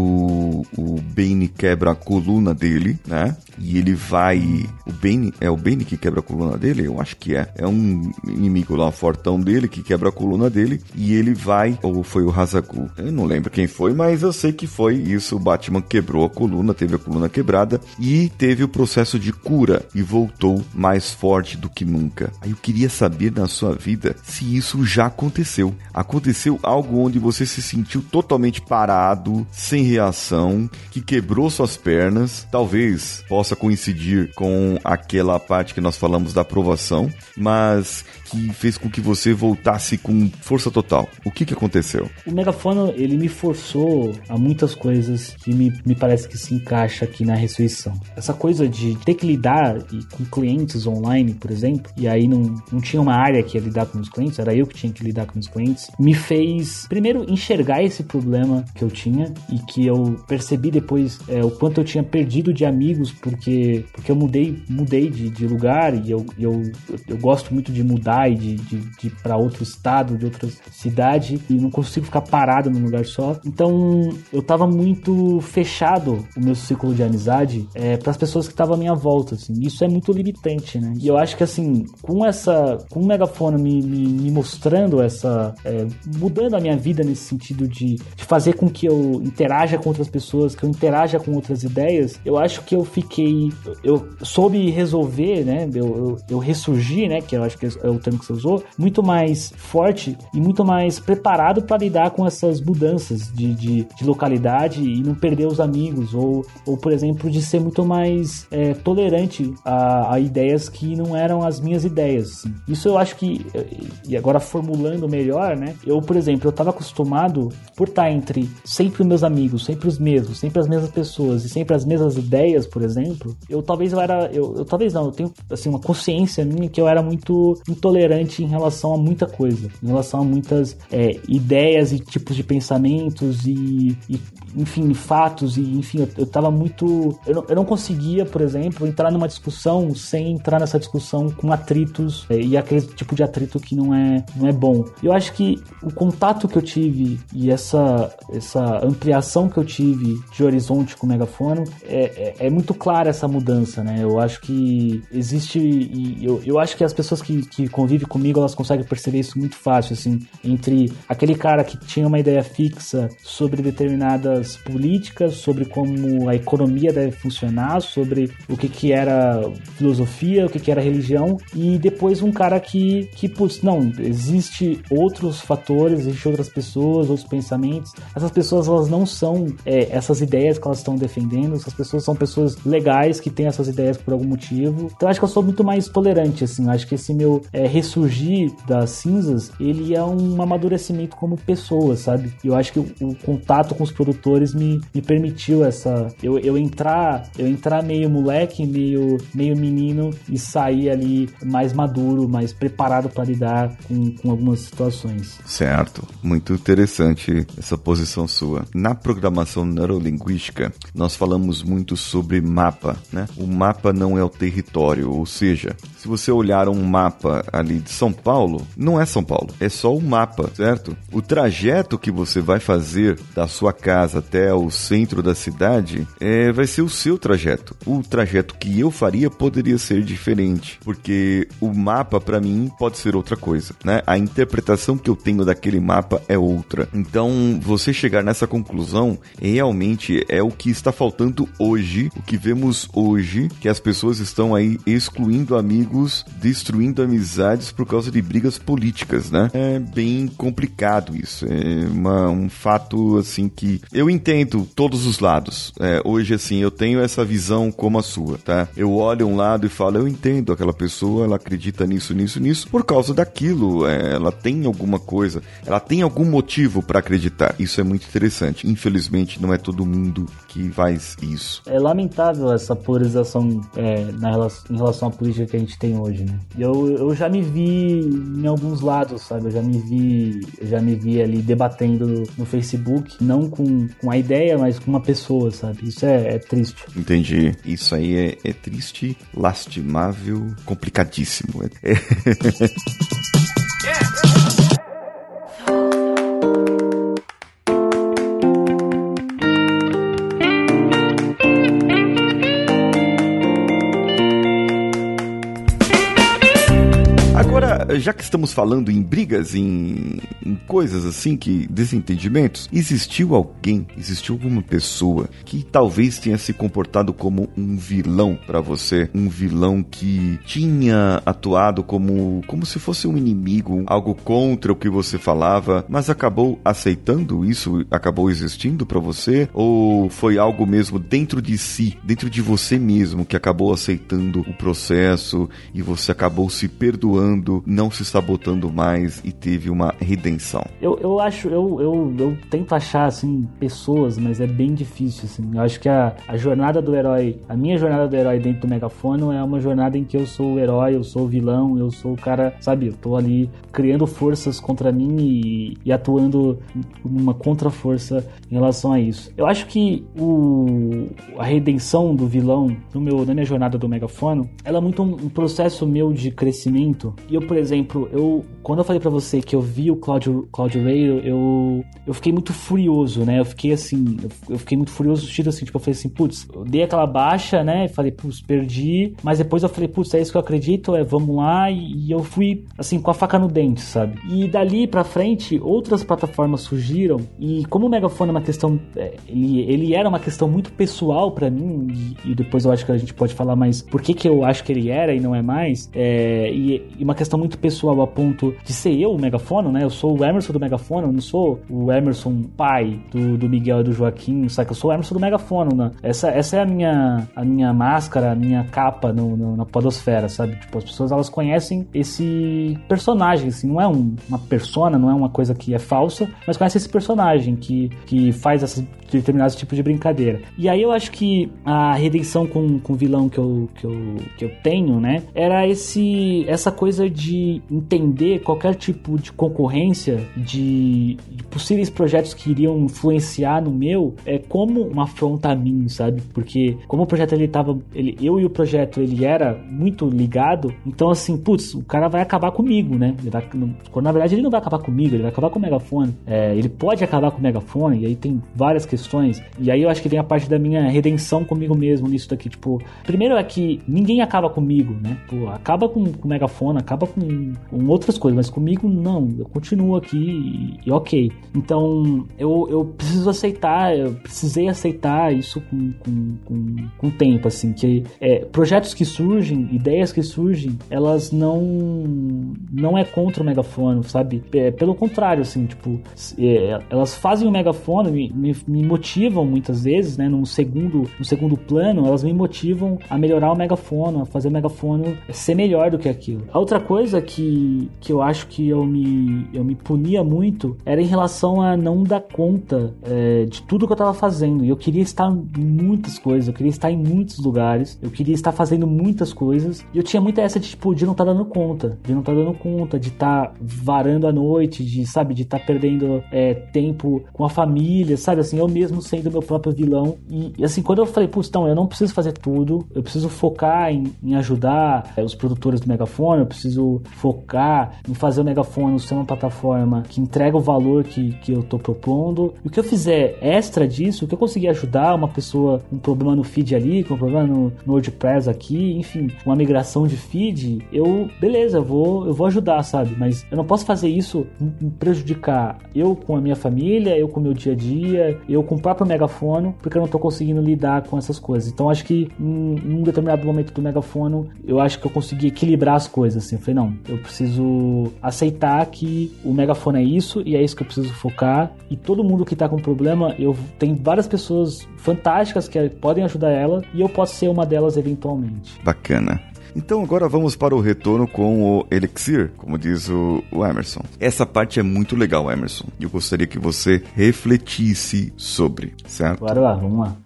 o Bane quebra a coluna dele, né? E ele vai... O Bane... É o Bane que quebra a coluna dele? Eu acho que é. É um inimigo lá, fortão dele, que quebra a coluna dele. E ele vai... Ou foi o Hazagul? Eu não lembro quem foi, mas eu sei que foi isso. O Batman quebrou a coluna, teve a coluna quebrada. E teve o processo de cura. E voltou mais forte do que nunca. Aí eu queria saber na sua vida se isso já aconteceu. Aconteceu algo onde você se sentiu totalmente parado, sem reação, que quebrou suas pernas. Talvez possa coincidir com aquela parte que nós falamos da aprovação, mas que fez com que você voltasse com força total. O que que aconteceu? O megafono, ele me forçou a muitas coisas que me, me parece que se encaixa aqui na ressurreição. Essa coisa de ter que lidar com clientes online, por exemplo, e aí não, não tinha uma área que ia lidar com os clientes, era eu que tinha que lidar com os clientes, me fez, primeiro, enxergar esse problema que eu tinha e que eu percebi depois é, o quanto eu tinha perdido de amigos porque, porque eu mudei, mudei de, de lugar e eu, eu, eu gosto muito de mudar e de, de, de ir para outro estado, de outra cidade, e não consigo ficar parado num lugar só. Então eu tava muito fechado o meu ciclo de amizade é, para as pessoas que estavam à minha volta, assim. Isso é muito limitante, né? E eu acho que assim, com essa, com o megafone me, me, me mostrando essa, é, mudando a minha vida nesse sentido de, de fazer com que eu interaja com outras pessoas, que eu interaja com outras ideias, eu acho que eu fiquei, eu soube resolver, né? Eu, eu, eu ressurgi, né? Que eu acho que é o termo que você usou, muito mais forte e muito mais preparado para lidar com essas mudanças de, de, de localidade e não perder os amigos, ou, ou por exemplo, de ser muito mais é, tolerante a, a ideias que não eram as minhas ideias. Assim. Isso eu acho que, e agora formulando melhor, né? Eu, por exemplo, eu estava acostumado por estar entre sempre os meus amigos, sempre os mesmos, sempre as mesmas pessoas e sempre as mesmas ideias, por exemplo, eu talvez eu era, eu, eu talvez não, eu tenho assim, uma consciência minha que eu era muito intolerante em relação a muita coisa, em relação a muitas é, ideias e tipos de pensamentos e, e enfim, fatos, e enfim, eu, eu tava muito, eu não, eu não conseguia, por exemplo, entrar numa discussão sem entrar nessa discussão com atritos é, e aquele tipo de atrito que não é, não é bom. Eu acho que o contato que eu tive e essa, essa ampliação que eu tive de horizonte com o megafone é, é, é muito clara essa mudança, né? Eu acho que existe, e eu, eu acho que as pessoas que, que convivem comigo, elas conseguem perceber isso muito fácil, assim, entre aquele cara que tinha uma ideia fixa sobre determinadas políticas, sobre como a economia deve funcionar, sobre o que que era filosofia, o que que era religião, e depois um cara que, que putz, não, existe outros fatores, existe outras pessoas, outros pensamentos, essas pessoas, elas não são é, essas ideias que elas estão defendendo, essas pessoas são pessoas legais que têm essas ideias por algum motivo, então eu acho que eu sou muito mais tolerante, assim, eu acho que esse meu é, ressurgir das cinzas, ele é um amadurecimento como pessoa, sabe? E eu acho que o, o contato com os produtores me, me permitiu essa, eu, eu entrar eu entrar meio moleque, meio, meio menino e sair ali mais maduro, mais preparado para lidar com, com algumas situações. Certo, muito interessante essa posição sua. Na programação neurolinguística, nós falamos muito sobre mapa, né? O mapa não é o território, ou seja, se você olhar um mapa ali de São Paulo, não é São Paulo, é só um mapa, certo? O trajeto que você vai fazer da sua casa até o centro da cidade é, vai ser o seu trajeto. O trajeto que eu faria poderia ser diferente, porque o mapa para mim pode ser outra coisa, né? A interpretação que eu tenho daquele mapa é outra. Então, você chegar nessa conclusão realmente é o que está faltando hoje, o que vemos hoje, que as pessoas estão aí excluindo amigos, destruindo amizades por causa de brigas políticas, né? É bem complicado isso. É uma, um fato, assim, que eu entendo todos os lados. É, hoje, assim, eu tenho essa visão como a sua, tá? Eu olho um lado e falo, eu entendo aquela pessoa, ela acredita nisso, nisso, nisso, por causa daquilo. É, ela tem alguma coisa, ela tem algum motivo para acreditar. Isso é muito interessante. Infelizmente, não é todo mundo que faz isso. É lamentável essa polarização é, na relação, em relação à política que a gente tem hoje, né? Eu, eu já me vi em alguns lados, sabe? Eu já me vi, eu já me vi ali debatendo no Facebook, não com, com a ideia, mas com uma pessoa, sabe? Isso é, é triste. Entendi. Isso aí é, é triste, lastimável, complicadíssimo. É... Já que estamos falando em brigas, em, em coisas assim, que desentendimentos, existiu alguém, existiu alguma pessoa que talvez tenha se comportado como um vilão pra você, um vilão que tinha atuado como, como se fosse um inimigo, algo contra o que você falava, mas acabou aceitando isso, acabou existindo pra você, ou foi algo mesmo dentro de si, dentro de você mesmo, que acabou aceitando o processo e você acabou se perdoando, não se sabotando mais e teve uma redenção? Eu, eu acho, eu, eu, eu tento achar, assim, pessoas, mas é bem difícil, assim. Eu acho que a, a jornada do herói, a minha jornada do herói dentro do Megafono é uma jornada em que eu sou o herói, eu sou o vilão, eu sou o cara, sabe, eu tô ali criando forças contra mim e, e atuando numa contra-força em relação a isso. Eu acho que o, a redenção do vilão no meu, na minha jornada do Megafono, ela é muito um, um processo meu de crescimento. E eu, por exemplo, eu, quando eu falei pra você que eu vi o Claudio, Claudio Reyro, eu, eu fiquei muito furioso, né? Eu fiquei assim, eu, eu fiquei muito furioso, tipo assim, tipo, eu falei assim, putz, eu dei aquela baixa, né? Falei, putz, perdi, mas depois eu falei, putz, é isso que eu acredito, é, vamos lá, e, e eu fui, assim, com a faca no dente, sabe? E dali pra frente, outras plataformas surgiram, e como o Megafone é uma questão, é, ele, ele era uma questão muito pessoal pra mim, e, e depois eu acho que a gente pode falar mais por que que eu acho que ele era e não é mais, é, e, e uma questão muito pessoal a ponto de ser eu o Megafono, né? Eu sou o Emerson do Megafono, eu não sou o Emerson pai do, do Miguel e do Joaquim, sabe? Eu sou o Emerson do Megafono, né? Essa, essa é a minha, a minha máscara, a minha capa no, no, na podosfera, sabe? Tipo, as pessoas, elas conhecem esse personagem, assim, não é um, uma persona, não é uma coisa que é falsa, mas conhece esse personagem que, que faz essas determinados tipos de brincadeira. E aí eu acho que a redenção com, com o vilão que eu, que, eu, que eu tenho, né? Era esse, essa coisa de entender qualquer tipo de concorrência, de, de possíveis projetos que iriam influenciar no meu, é como uma afronta a mim, sabe? Porque como o projeto ele tava, ele, eu e o projeto ele era muito ligado, então assim, putz, o cara vai acabar comigo, né? Ele vai, quando na verdade ele não vai acabar comigo, ele vai acabar com o Megafone. É, ele pode acabar com o Megafone, e aí tem várias questões, e aí eu acho que vem a parte da minha redenção comigo mesmo nisso daqui, tipo, primeiro é que ninguém acaba comigo, né? Pô, acaba com, com o Megafone, acaba com, com outras coisas, mas comigo não, eu continuo aqui e, e ok. Então eu, eu preciso aceitar, eu precisei aceitar isso com, com, com, com o tempo, assim, que é, projetos que surgem, ideias que surgem, elas não não é contra o Megafone, sabe? É, pelo contrário, assim, tipo, é, elas fazem o Megafone, me, me, me motivam muitas vezes, né, num segundo, no segundo plano, elas me motivam a melhorar o Megafone, a fazer o Megafone ser melhor do que aquilo. A outra coisa que, que eu acho que eu me, eu me punia muito era em relação a não dar conta é, de tudo que eu tava fazendo. E eu queria estar em muitas coisas, eu queria estar em muitos lugares, eu queria estar fazendo muitas coisas, e eu tinha muita essa de, tipo, de não estar tá dando conta, de não estar tá dando conta, de estar tá varando a noite, de, sabe, de estar tá perdendo é, tempo com a família, sabe, assim, eu mesmo sendo meu próprio vilão. E, e assim, quando eu falei, putz, não, eu não preciso fazer tudo, eu preciso focar em, em ajudar é, os produtores do Megafone, eu preciso focar em fazer o Megafone ser uma plataforma que entrega o valor que, que eu tô propondo. E o que eu fizer extra disso, o que eu conseguir ajudar uma pessoa com um problema no feed ali, com um problema no, no WordPress aqui, enfim, uma migração de feed, eu, beleza, eu vou, eu vou ajudar, sabe? Mas eu não posso fazer isso prejudicar eu com a minha família, eu com o meu dia a dia, eu com o próprio Megafone, porque eu não tô conseguindo lidar com essas coisas. Então acho que em, em um determinado momento do Megafone, eu acho que eu consegui equilibrar as coisas, assim. Eu falei, não, eu preciso aceitar que o Megafone é isso, e é isso que eu preciso focar, e todo mundo que tá com problema, eu tenho várias pessoas fantásticas que podem ajudar ela, e eu posso ser uma delas eventualmente. Bacana. Então agora vamos para o retorno com o Elixir, como diz o, o Emerson. Essa parte é muito legal, Emerson. Eu gostaria que você refletisse sobre, certo? Bora lá, vamos lá.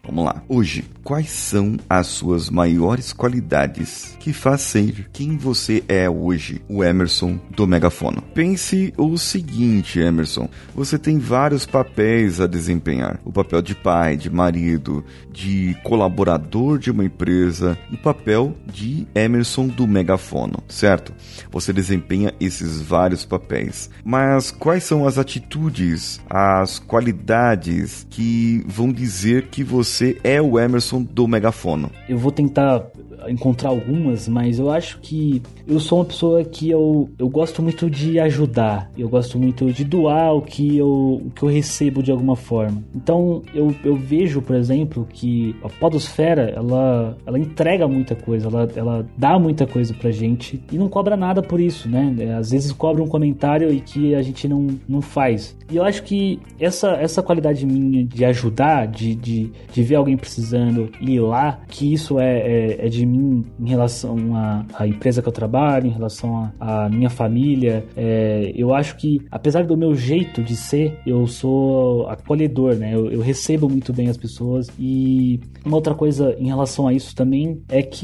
Vamos lá. Hoje, quais são as suas maiores qualidades que faz ser quem você é hoje, o Emerson do Megafono? Pense o seguinte, Emerson. Você tem vários papéis a desempenhar. O papel de pai, de marido, de colaborador de uma empresa, e o papel de Emerson do Megafono, certo? Você desempenha esses vários papéis. Mas quais são as atitudes, as qualidades que vão dizer que você é o Emerson do Megafono? Eu vou tentar encontrar algumas, mas eu acho que eu sou uma pessoa que eu, eu gosto muito de ajudar, eu gosto muito de doar o que eu, o que eu recebo de alguma forma. Então eu, eu vejo, por exemplo, que a podosfera, ela, ela entrega muita coisa, ela, ela dá muita coisa pra gente e não cobra nada por isso, né? Às vezes cobra um comentário e que a gente não, não faz. E eu acho que essa, essa qualidade minha de ajudar, de, de, de ver alguém precisando e ir lá, que isso é, é, é de mim em relação à, à empresa que eu trabalho, em relação à minha família. É, eu acho que, apesar do meu jeito de ser, eu sou acolhedor, né? Eu, eu recebo muito bem as pessoas. E uma outra coisa em relação a isso também é que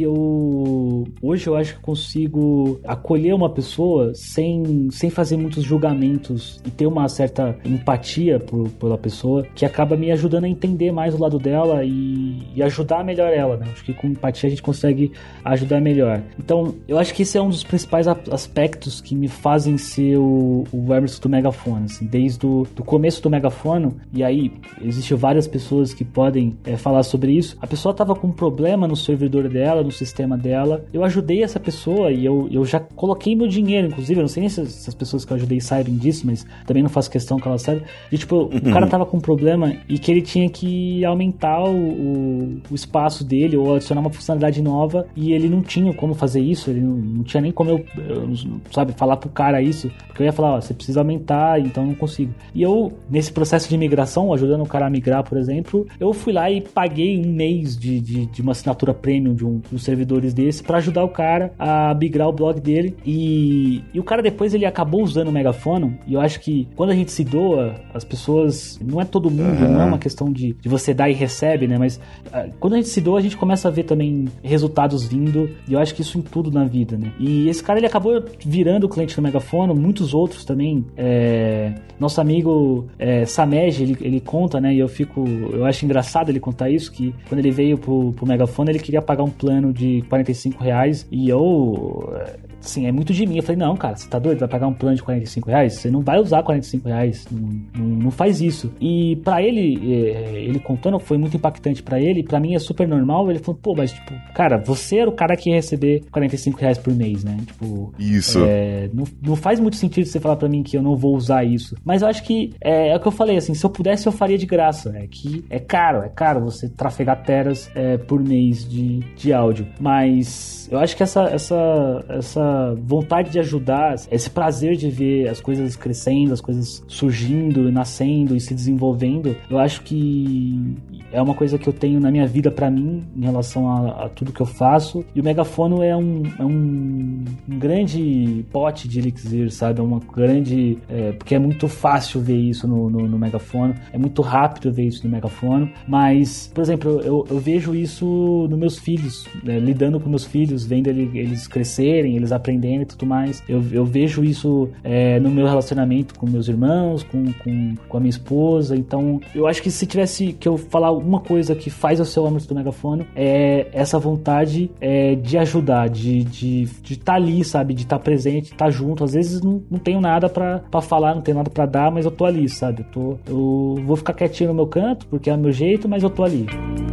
eu hoje eu acho que consigo acolher uma pessoa sem, sem fazer muitos julgamentos e ter uma certa empatia por, pela pessoa, que acaba me ajudando a entender mais o lado dela e, e ajudar melhor ela, né? Acho que com empatia a gente consegue ajudar melhor. Então, eu acho que esse é um dos principais aspectos que me fazem ser o, o Emerson do Megafono, assim, desde o do começo do Megafono. E aí, existem várias pessoas que podem é, falar sobre isso. A pessoa estava com um problema no servidor dela, no sistema dela. Eu ajudei essa pessoa e eu, eu já coloquei meu dinheiro, inclusive. Eu não sei nem se, se as pessoas que eu ajudei saibam disso, mas também não faço questão que elas saibam. E, tipo, uhum. o cara tava com um problema e que ele tinha que aumentar o, o, o espaço dele ou adicionar uma funcionalidade nova. E ele não tinha como fazer isso, ele não, não tinha nem como eu, eu, sabe, falar pro cara isso, porque eu ia falar, ó, você precisa aumentar, então não consigo. E eu, nesse processo de migração, ajudando o cara a migrar, por exemplo, eu fui lá e paguei um mês de, de, de uma assinatura premium de um dos servidores desse pra ajudar o cara a migrar o blog dele. E, e o cara depois ele acabou usando o Megafono, e eu acho que quando a gente se doa, as pessoas, não é todo mundo, uhum. não é uma questão de, de você dar e recebe, né, mas uh, quando a gente se doa, a gente começa a ver também resultados vindo, e eu acho que isso em tudo na vida, né? E esse cara, ele acabou virando cliente do Megafono, muitos outros também. É... Nosso amigo é, Samed, ele, ele conta, né? E eu fico, eu acho engraçado ele contar isso, que quando ele veio pro, pro Megafono, ele queria pagar um plano de quarenta e cinco reais, e eu, assim, é muito de mim. Eu falei, não, cara, você tá doido? Vai pagar um plano de quarenta e cinco reais? Você não vai usar quarenta e cinco reais, não, não, não faz isso. E pra ele, ele contando, foi muito impactante pra ele, pra mim é super normal. Ele falou, pô, mas tipo, cara, você era o cara que ia receber quarenta e cinco reais por mês, né? Tipo, isso. É, não, não faz muito sentido você falar pra mim que eu não vou usar isso. Mas eu acho que é, é o que eu falei, assim, se eu pudesse eu faria de graça, né? Que é caro, é caro você trafegar teras é, por mês de, de áudio. Mas eu acho que essa, essa, essa vontade de ajudar, esse prazer de ver as coisas crescendo, as coisas surgindo, nascendo e se desenvolvendo, eu acho que é uma coisa que eu tenho na minha vida pra mim, em relação a, a tudo que eu faço. E o Megafono é um, é um, um grande pote de elixir, sabe? É uma grande... É, porque é muito fácil ver isso no, no, no Megafono, é muito rápido ver isso no Megafono, mas, por exemplo, eu, eu vejo isso nos meus filhos, né? Lidando com meus filhos, vendo ele, eles crescerem, eles aprendendo e tudo mais. Eu, eu vejo isso é, no meu relacionamento com meus irmãos, com, com, com a minha esposa. Então, eu acho que se tivesse que eu falar uma coisa que faz o seu Emerson do Megafono, é essa vontade é, de ajudar, de estar de, de tá ali, sabe? De estar tá presente, de estar tá junto. Às vezes não, não tenho nada pra, pra falar, não tenho nada pra dar, mas eu tô ali, sabe? Eu, tô, eu vou ficar quietinho no meu canto, porque é o meu jeito, mas eu tô ali.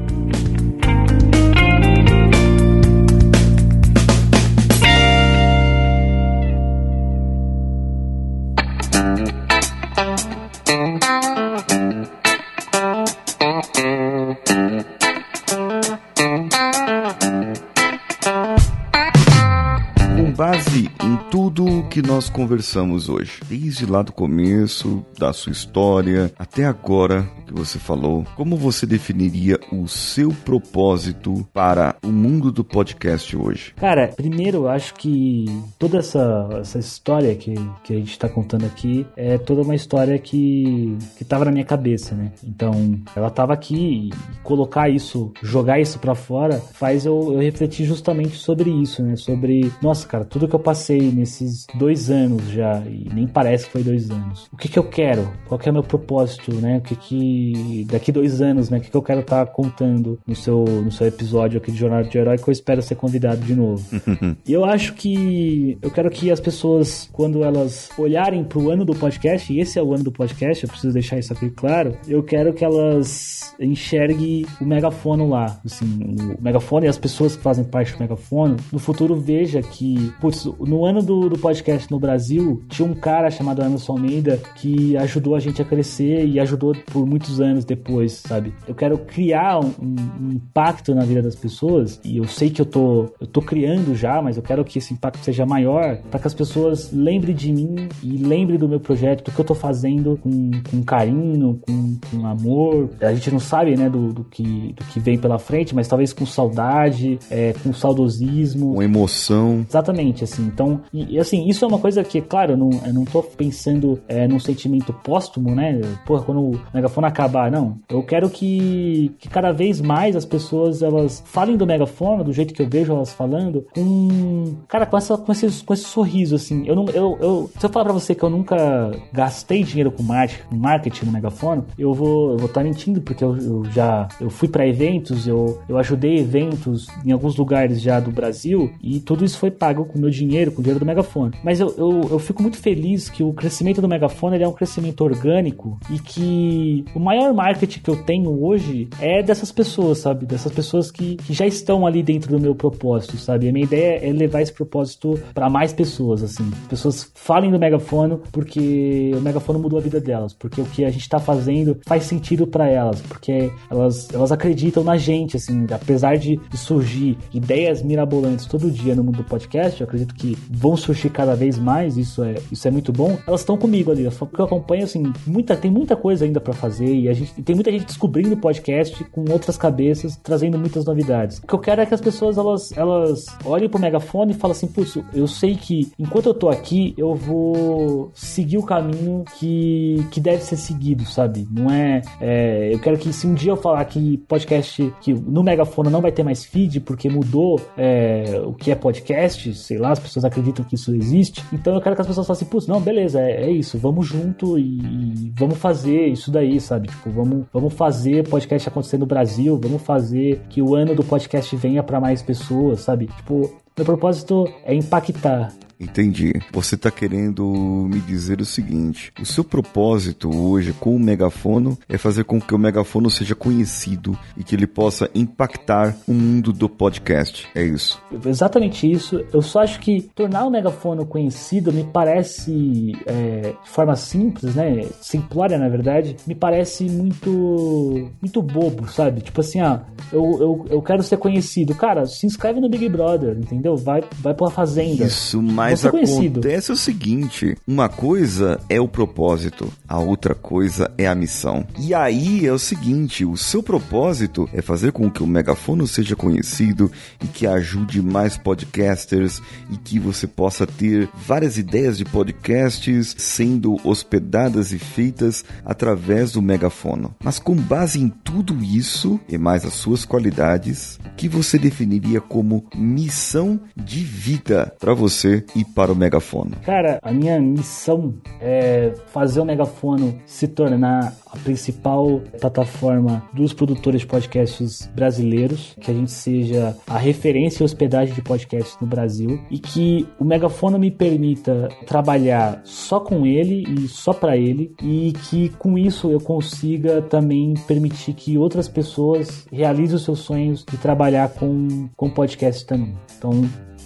Base em tudo o que nós conversamos hoje, desde lá do começo, da sua história, até agora, que você falou, como você definiria o seu propósito para o mundo do podcast hoje? Cara, primeiro eu acho que toda essa, essa história que, que a gente tá contando aqui é toda uma história que, que tava na minha cabeça, né? Então, ela tava aqui e colocar isso, jogar isso pra fora, faz eu, eu refletir justamente sobre isso, né? Sobre, nossa, cara, tudo que eu passei nesses dois anos já, e nem parece que foi dois anos. O que que eu quero? Qual que é o meu propósito, né? O que que, daqui dois anos, né? O que que eu quero estar tá contando no seu, no seu episódio aqui de Jornada de Herói, que eu espero ser convidado de novo. E eu acho que eu quero que as pessoas, quando elas olharem pro ano do podcast, e esse é o ano do podcast, eu preciso deixar isso aqui claro, eu quero que elas enxerguem o megafono lá, assim, o megafono e as pessoas que fazem parte do megafono, no futuro veja que, putz, no ano do, do podcast no Brasil, tinha um cara chamado Anderson Almeida que ajudou a gente a crescer e ajudou por muitos anos depois, sabe? Eu quero criar um, um impacto na vida das pessoas, e eu sei que eu tô, eu tô criando já, mas eu quero que esse impacto seja maior, para que as pessoas lembrem de mim e lembrem do meu projeto, do que eu tô fazendo com, com carinho, com, com amor. A gente não sabe, né, do, do, que, do que vem pela frente, mas talvez com saudade, é, com saudosismo. Com emoção. Exatamente, assim. Então, e, assim, isso é uma coisa que, claro, eu não, eu não tô pensando é, num sentimento póstumo, né? Porra, quando o megafone acabar, não. Eu quero que, que cada vez mais as pessoas, elas falem do megafone, do jeito que eu vejo elas falando, com, cara, com, essa, com, esse, com esse sorriso, assim. Eu não, eu, eu, se eu falar pra você que eu nunca gastei dinheiro com marketing, com marketing no megafone, eu vou eu vou estar mentindo, porque eu, eu já eu fui pra eventos, eu, eu ajudei eventos em alguns lugares já do Brasil, e tudo isso foi pago com meu dinheiro, com o dinheiro do megafone. Mas eu, eu, eu fico muito feliz que o crescimento do megafone, ele é um crescimento orgânico, e que o maior marketing que eu tenho hoje é dessas pessoas, sabe? Dessas pessoas que, que já estão ali dentro do meu propósito, sabe? A minha ideia é levar esse propósito para mais pessoas, assim. As pessoas falem do megafone porque o megafone mudou a vida delas, porque o que a gente tá fazendo faz sentido para elas, porque elas, elas acreditam na gente, assim, apesar de surgir ideias mirabolantes todo dia no mundo do podcast, eu acredito que vão surgir cada vez mais, isso é, isso é muito bom. Elas estão comigo ali, porque eu acompanho, assim, muita, tem muita coisa ainda para fazer, e a gente e tem muita gente descobrindo o podcast com outras cabeças, trazendo muitas novidades. O que eu quero é que as pessoas, elas, elas olhem pro megafone e falem assim, putz, eu sei que enquanto eu tô aqui, eu vou seguir o caminho que, que deve ser seguido, sabe? Não é, é... Eu quero que se um dia eu falar que podcast, que no megafone não vai ter mais feed, porque mudou é, o que é podcast, sei lá, as pessoas acreditam que isso existe, então eu quero que as pessoas falem assim, putz, não, beleza, é, é isso, vamos junto e, e vamos fazer isso daí, sabe? Tipo, vamos, vamos fazer podcast acontecer no Brasil, vamos fazer que o ano do podcast venha pra mais pessoas, sabe? Tipo, meu propósito é impactar. Entendi. Você está querendo me dizer o seguinte: o seu propósito hoje com o megafono é fazer com que o megafono seja conhecido e que ele possa impactar o mundo do podcast. É isso? Exatamente isso. Eu só acho que tornar o megafono conhecido me parece, é, de forma simples, né? Simplória, na verdade, me parece muito, muito bobo, sabe? Tipo assim, ah, eu, eu, eu quero ser conhecido. Cara, se inscreve no Big Brother, entendeu? Vai, vai pra Fazenda. Isso, mas Mas acontece o seguinte, uma coisa é o propósito, a outra coisa é a missão. E aí é o seguinte, o seu propósito é fazer com que o megafono seja conhecido e que ajude mais podcasters e que você possa ter várias ideias de podcasts sendo hospedadas e feitas através do megafono. Mas com base em tudo isso e mais as suas qualidades, o que você definiria como missão de vida para você e para o megafono? Cara, a minha missão é fazer o megafono se tornar a principal plataforma dos produtores de podcasts brasileiros, que a gente seja a referência e hospedagem de podcasts no Brasil, e que o megafono me permita trabalhar só com ele e só para ele, e que com isso eu consiga também permitir que outras pessoas realizem os seus sonhos de trabalhar com, com podcast também. Então,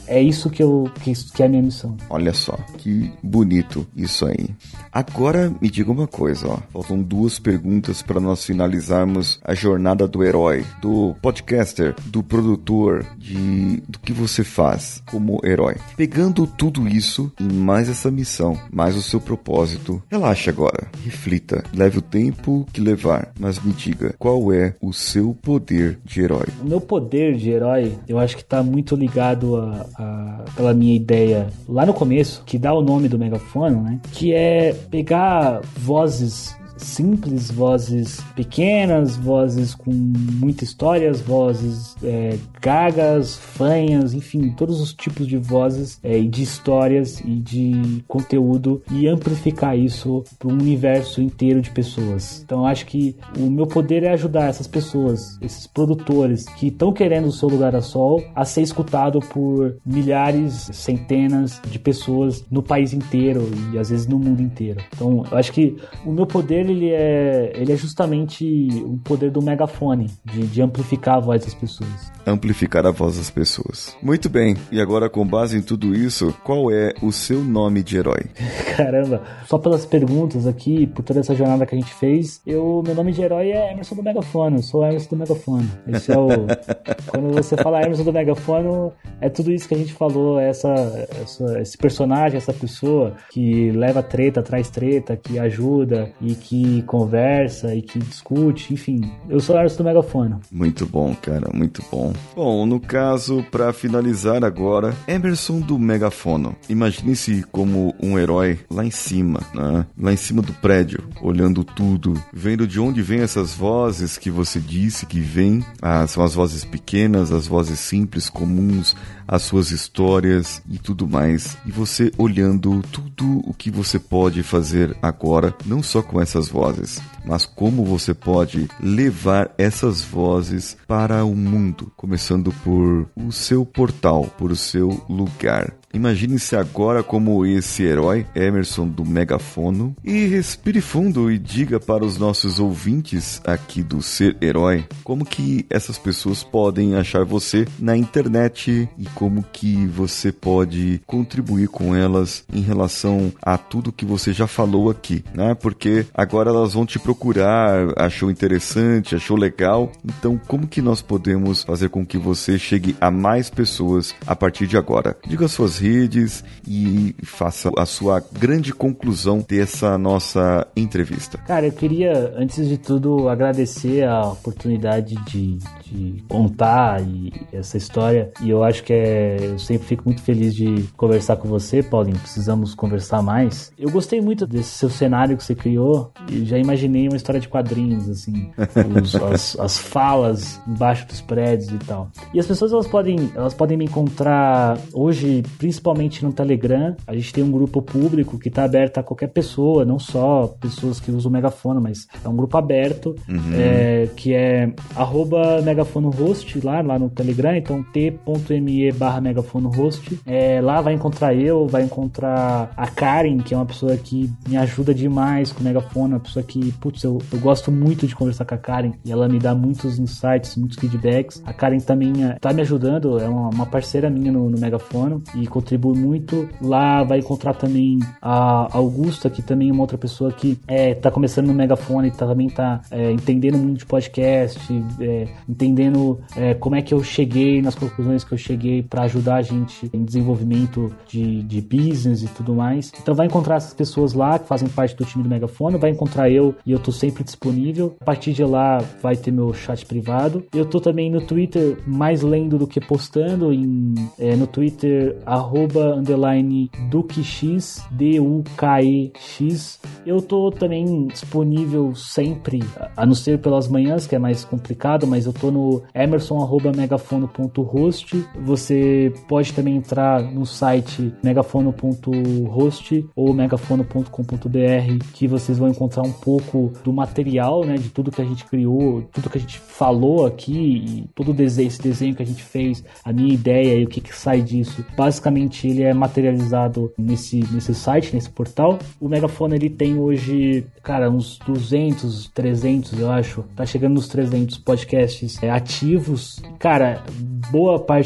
é isso que, eu, que, que é a minha missão. Olha só, que bonito isso aí. Agora me diga uma coisa, ó. Faltam duas perguntas para nós finalizarmos a jornada do herói, do podcaster, do produtor, de, do que você faz como herói. Pegando tudo isso e mais essa missão, mais o seu propósito, relaxe agora, reflita, leve o tempo que levar, mas me diga, qual é o seu poder de herói? O meu poder de herói, eu acho que está muito ligado a, a, pela minha ideia lá no começo, que dá o nome do megafono, né? Que é pegar vozes simples, vozes pequenas, vozes com muitas histórias, vozes é, gagas, fanhas, enfim, todos os tipos de vozes é, de histórias e de conteúdo e amplificar isso para um universo inteiro de pessoas. Então eu acho que o meu poder é ajudar essas pessoas, esses produtores que estão querendo o seu lugar a sol, a ser escutado por milhares, centenas de pessoas no país inteiro e às vezes no mundo inteiro. Então eu acho que o meu poder ele é, ele é justamente o poder do megafone, de, de amplificar a voz das pessoas. Amplificar a voz das pessoas. Muito bem, e agora com base em tudo isso, qual é o seu nome de herói? Caramba, só pelas perguntas aqui, por toda essa jornada que a gente fez, eu, meu nome de herói é Emerson do Megafone, eu sou Emerson do Megafone. Esse é o... Quando você fala Emerson do Megafone, é tudo isso que a gente falou, essa, essa, esse personagem, essa pessoa que leva treta, traz treta, que ajuda e que conversa e que discute, enfim, eu sou Emerson do Megafone. Muito bom, cara, muito bom. Bom, no caso, para finalizar agora, Emerson do Megafono. Imagine-se como um herói lá em cima, né? Lá em cima do prédio, olhando tudo, vendo de onde vêm essas vozes que você disse que vêm. Ah, são as vozes pequenas, as vozes simples, comuns, as suas histórias e tudo mais. E você olhando tudo o que você pode fazer agora, não só com essas vozes, mas como você pode levar essas vozes para o mundo, começando por o seu portal, por o seu lugar. Imagine-se agora como esse herói, Emerson do Megafono, e respire fundo e diga para os nossos ouvintes aqui do Ser Herói como que essas pessoas podem achar você na internet e como que você pode contribuir com elas em relação a tudo que você já falou aqui, né? Porque agora elas vão te procurar, achou interessante, achou legal, então como que nós podemos fazer com que você chegue a mais pessoas a partir de agora? Diga suas redes e faça a sua grande conclusão dessa nossa entrevista. Cara, eu queria, antes de tudo, agradecer a oportunidade de, de contar e, essa história, e eu acho que é, eu sempre fico muito feliz de conversar com você, Paulinho, precisamos conversar mais. Eu gostei muito desse seu cenário que você criou e já imaginei uma história de quadrinhos, assim, os, as, as falas embaixo dos prédios e tal. E as pessoas, elas podem, elas podem me encontrar hoje, principalmente no Telegram. A gente tem um grupo público que está aberto a qualquer pessoa, não só pessoas que usam o megafone, mas é um grupo aberto, uhum. é, que é arroba megafonohost lá, lá no Telegram, então t.me barra megafonohost. É, lá vai encontrar eu, vai encontrar a Karen, que é uma pessoa que me ajuda demais com o megafone, uma pessoa que, putz, eu, eu gosto muito de conversar com a Karen e ela me dá muitos insights, muitos feedbacks. A Karen também está me ajudando, é uma, uma parceira minha no, no megafone e contribui muito. Lá vai encontrar também a Augusta, que também é uma outra pessoa que é, tá começando no megafone, tá, também tá é, entendendo o mundo de podcast, é, entendendo é, como é que eu cheguei nas conclusões que eu cheguei para ajudar a gente em desenvolvimento de, de business e tudo mais. Então vai encontrar essas pessoas lá que fazem parte do time do megafone, vai encontrar eu e eu tô sempre disponível. A partir de lá vai ter meu chat privado. Eu tô também no Twitter, mais lendo do que postando, em, é, no Twitter arroba underline DukeX, D U K E X. Eu tô também disponível sempre, a não ser pelas manhãs, que é mais complicado, mas eu tô no emerson arroba megafono ponto host. Você pode também entrar no site megafono ponto host ou megafono ponto com ponto b r, que vocês vão encontrar um pouco do material, né, de tudo que a gente criou, tudo que a gente falou aqui, e todo o desenho, esse desenho que a gente fez, a minha ideia e o que, que sai disso. Basicamente, ele é materializado nesse, nesse site, nesse portal. O Megafone, ele tem hoje, cara, uns duzentos, trezentos, eu acho. Tá chegando nos trezentos podcasts é, ativos. Cara, boa parte deles,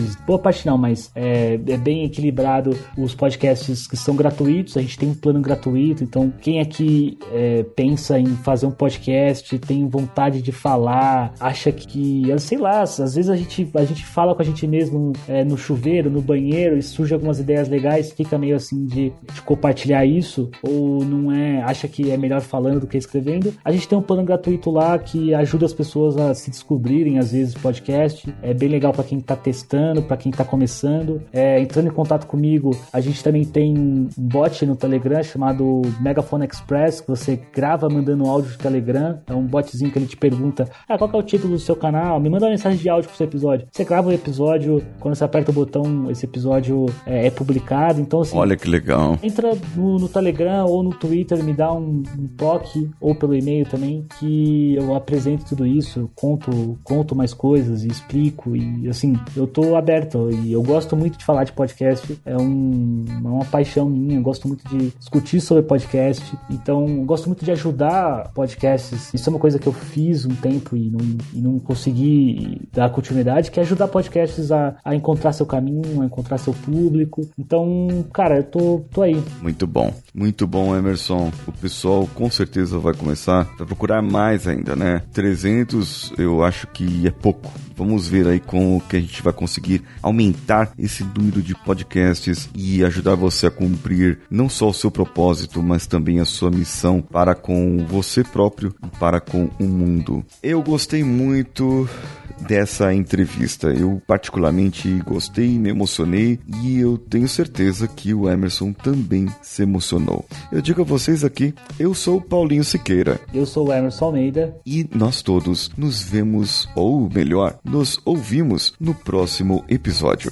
partes, boa parte não, mas é, é bem equilibrado os podcasts que são gratuitos. A gente tem um plano gratuito, então quem aqui é, pensa em fazer um podcast, tem vontade de falar, acha que, eu sei lá, às vezes a gente, a gente fala com a gente mesmo é, no chuveiro, no banheiro, e surge algumas ideias legais, fica meio assim de, de compartilhar isso, ou não é, acha que é melhor falando do que escrevendo. A gente tem um plano gratuito lá que ajuda as pessoas a se descobrirem, às vezes, podcast. É bem legal para quem tá testando, para quem tá começando. É, entrando em contato comigo, a gente também tem um bot no Telegram chamado Megaphone Express, que você grava mandando áudio de Telegram. É um botzinho que ele te pergunta, ah, qual que é o título do seu canal? Me manda uma mensagem de áudio pro seu episódio. Você grava o episódio, quando você aperta o botão, esse episódio é, é publicado. Então, assim, olha que legal. Entra no, no Telegram ou no Twitter, me dá um, um toque, ou pelo e-mail também, que eu apresento tudo isso, conto, conto mais coisas e explico, e assim, eu tô aberto, e eu gosto muito de falar de podcast, é, um, é uma paixão minha, eu gosto muito de discutir sobre podcast, então eu gosto muito de ajudar podcasts. Isso é uma coisa que eu fiz um tempo e não, e não consegui dar continuidade, que é ajudar podcasts a, a encontrar seu caminho, a encontrar seu público. Então, cara, eu tô, tô aí. Muito bom, muito bom, Emerson. O pessoal com certeza vai começar, vai procurar mais ainda, né? trezentos eu acho que é pouco. Vamos ver aí como que a gente vai conseguir aumentar esse número de podcasts e ajudar você a cumprir não só o seu propósito, mas também a sua missão para com você próprio e para com o mundo. Eu gostei muito dessa entrevista. Eu particularmente gostei, me emocionei e eu tenho certeza que o Emerson também se emocionou. Eu digo a vocês aqui, eu sou o Paulinho Siqueira. Eu sou o Emerson Almeida. E nós todos nos vemos, ou melhor, nos ouvimos no próximo episódio.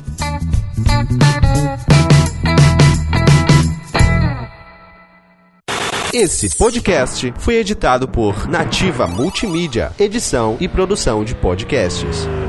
Esse podcast foi editado por Nativa Multimídia, edição e produção de podcasts.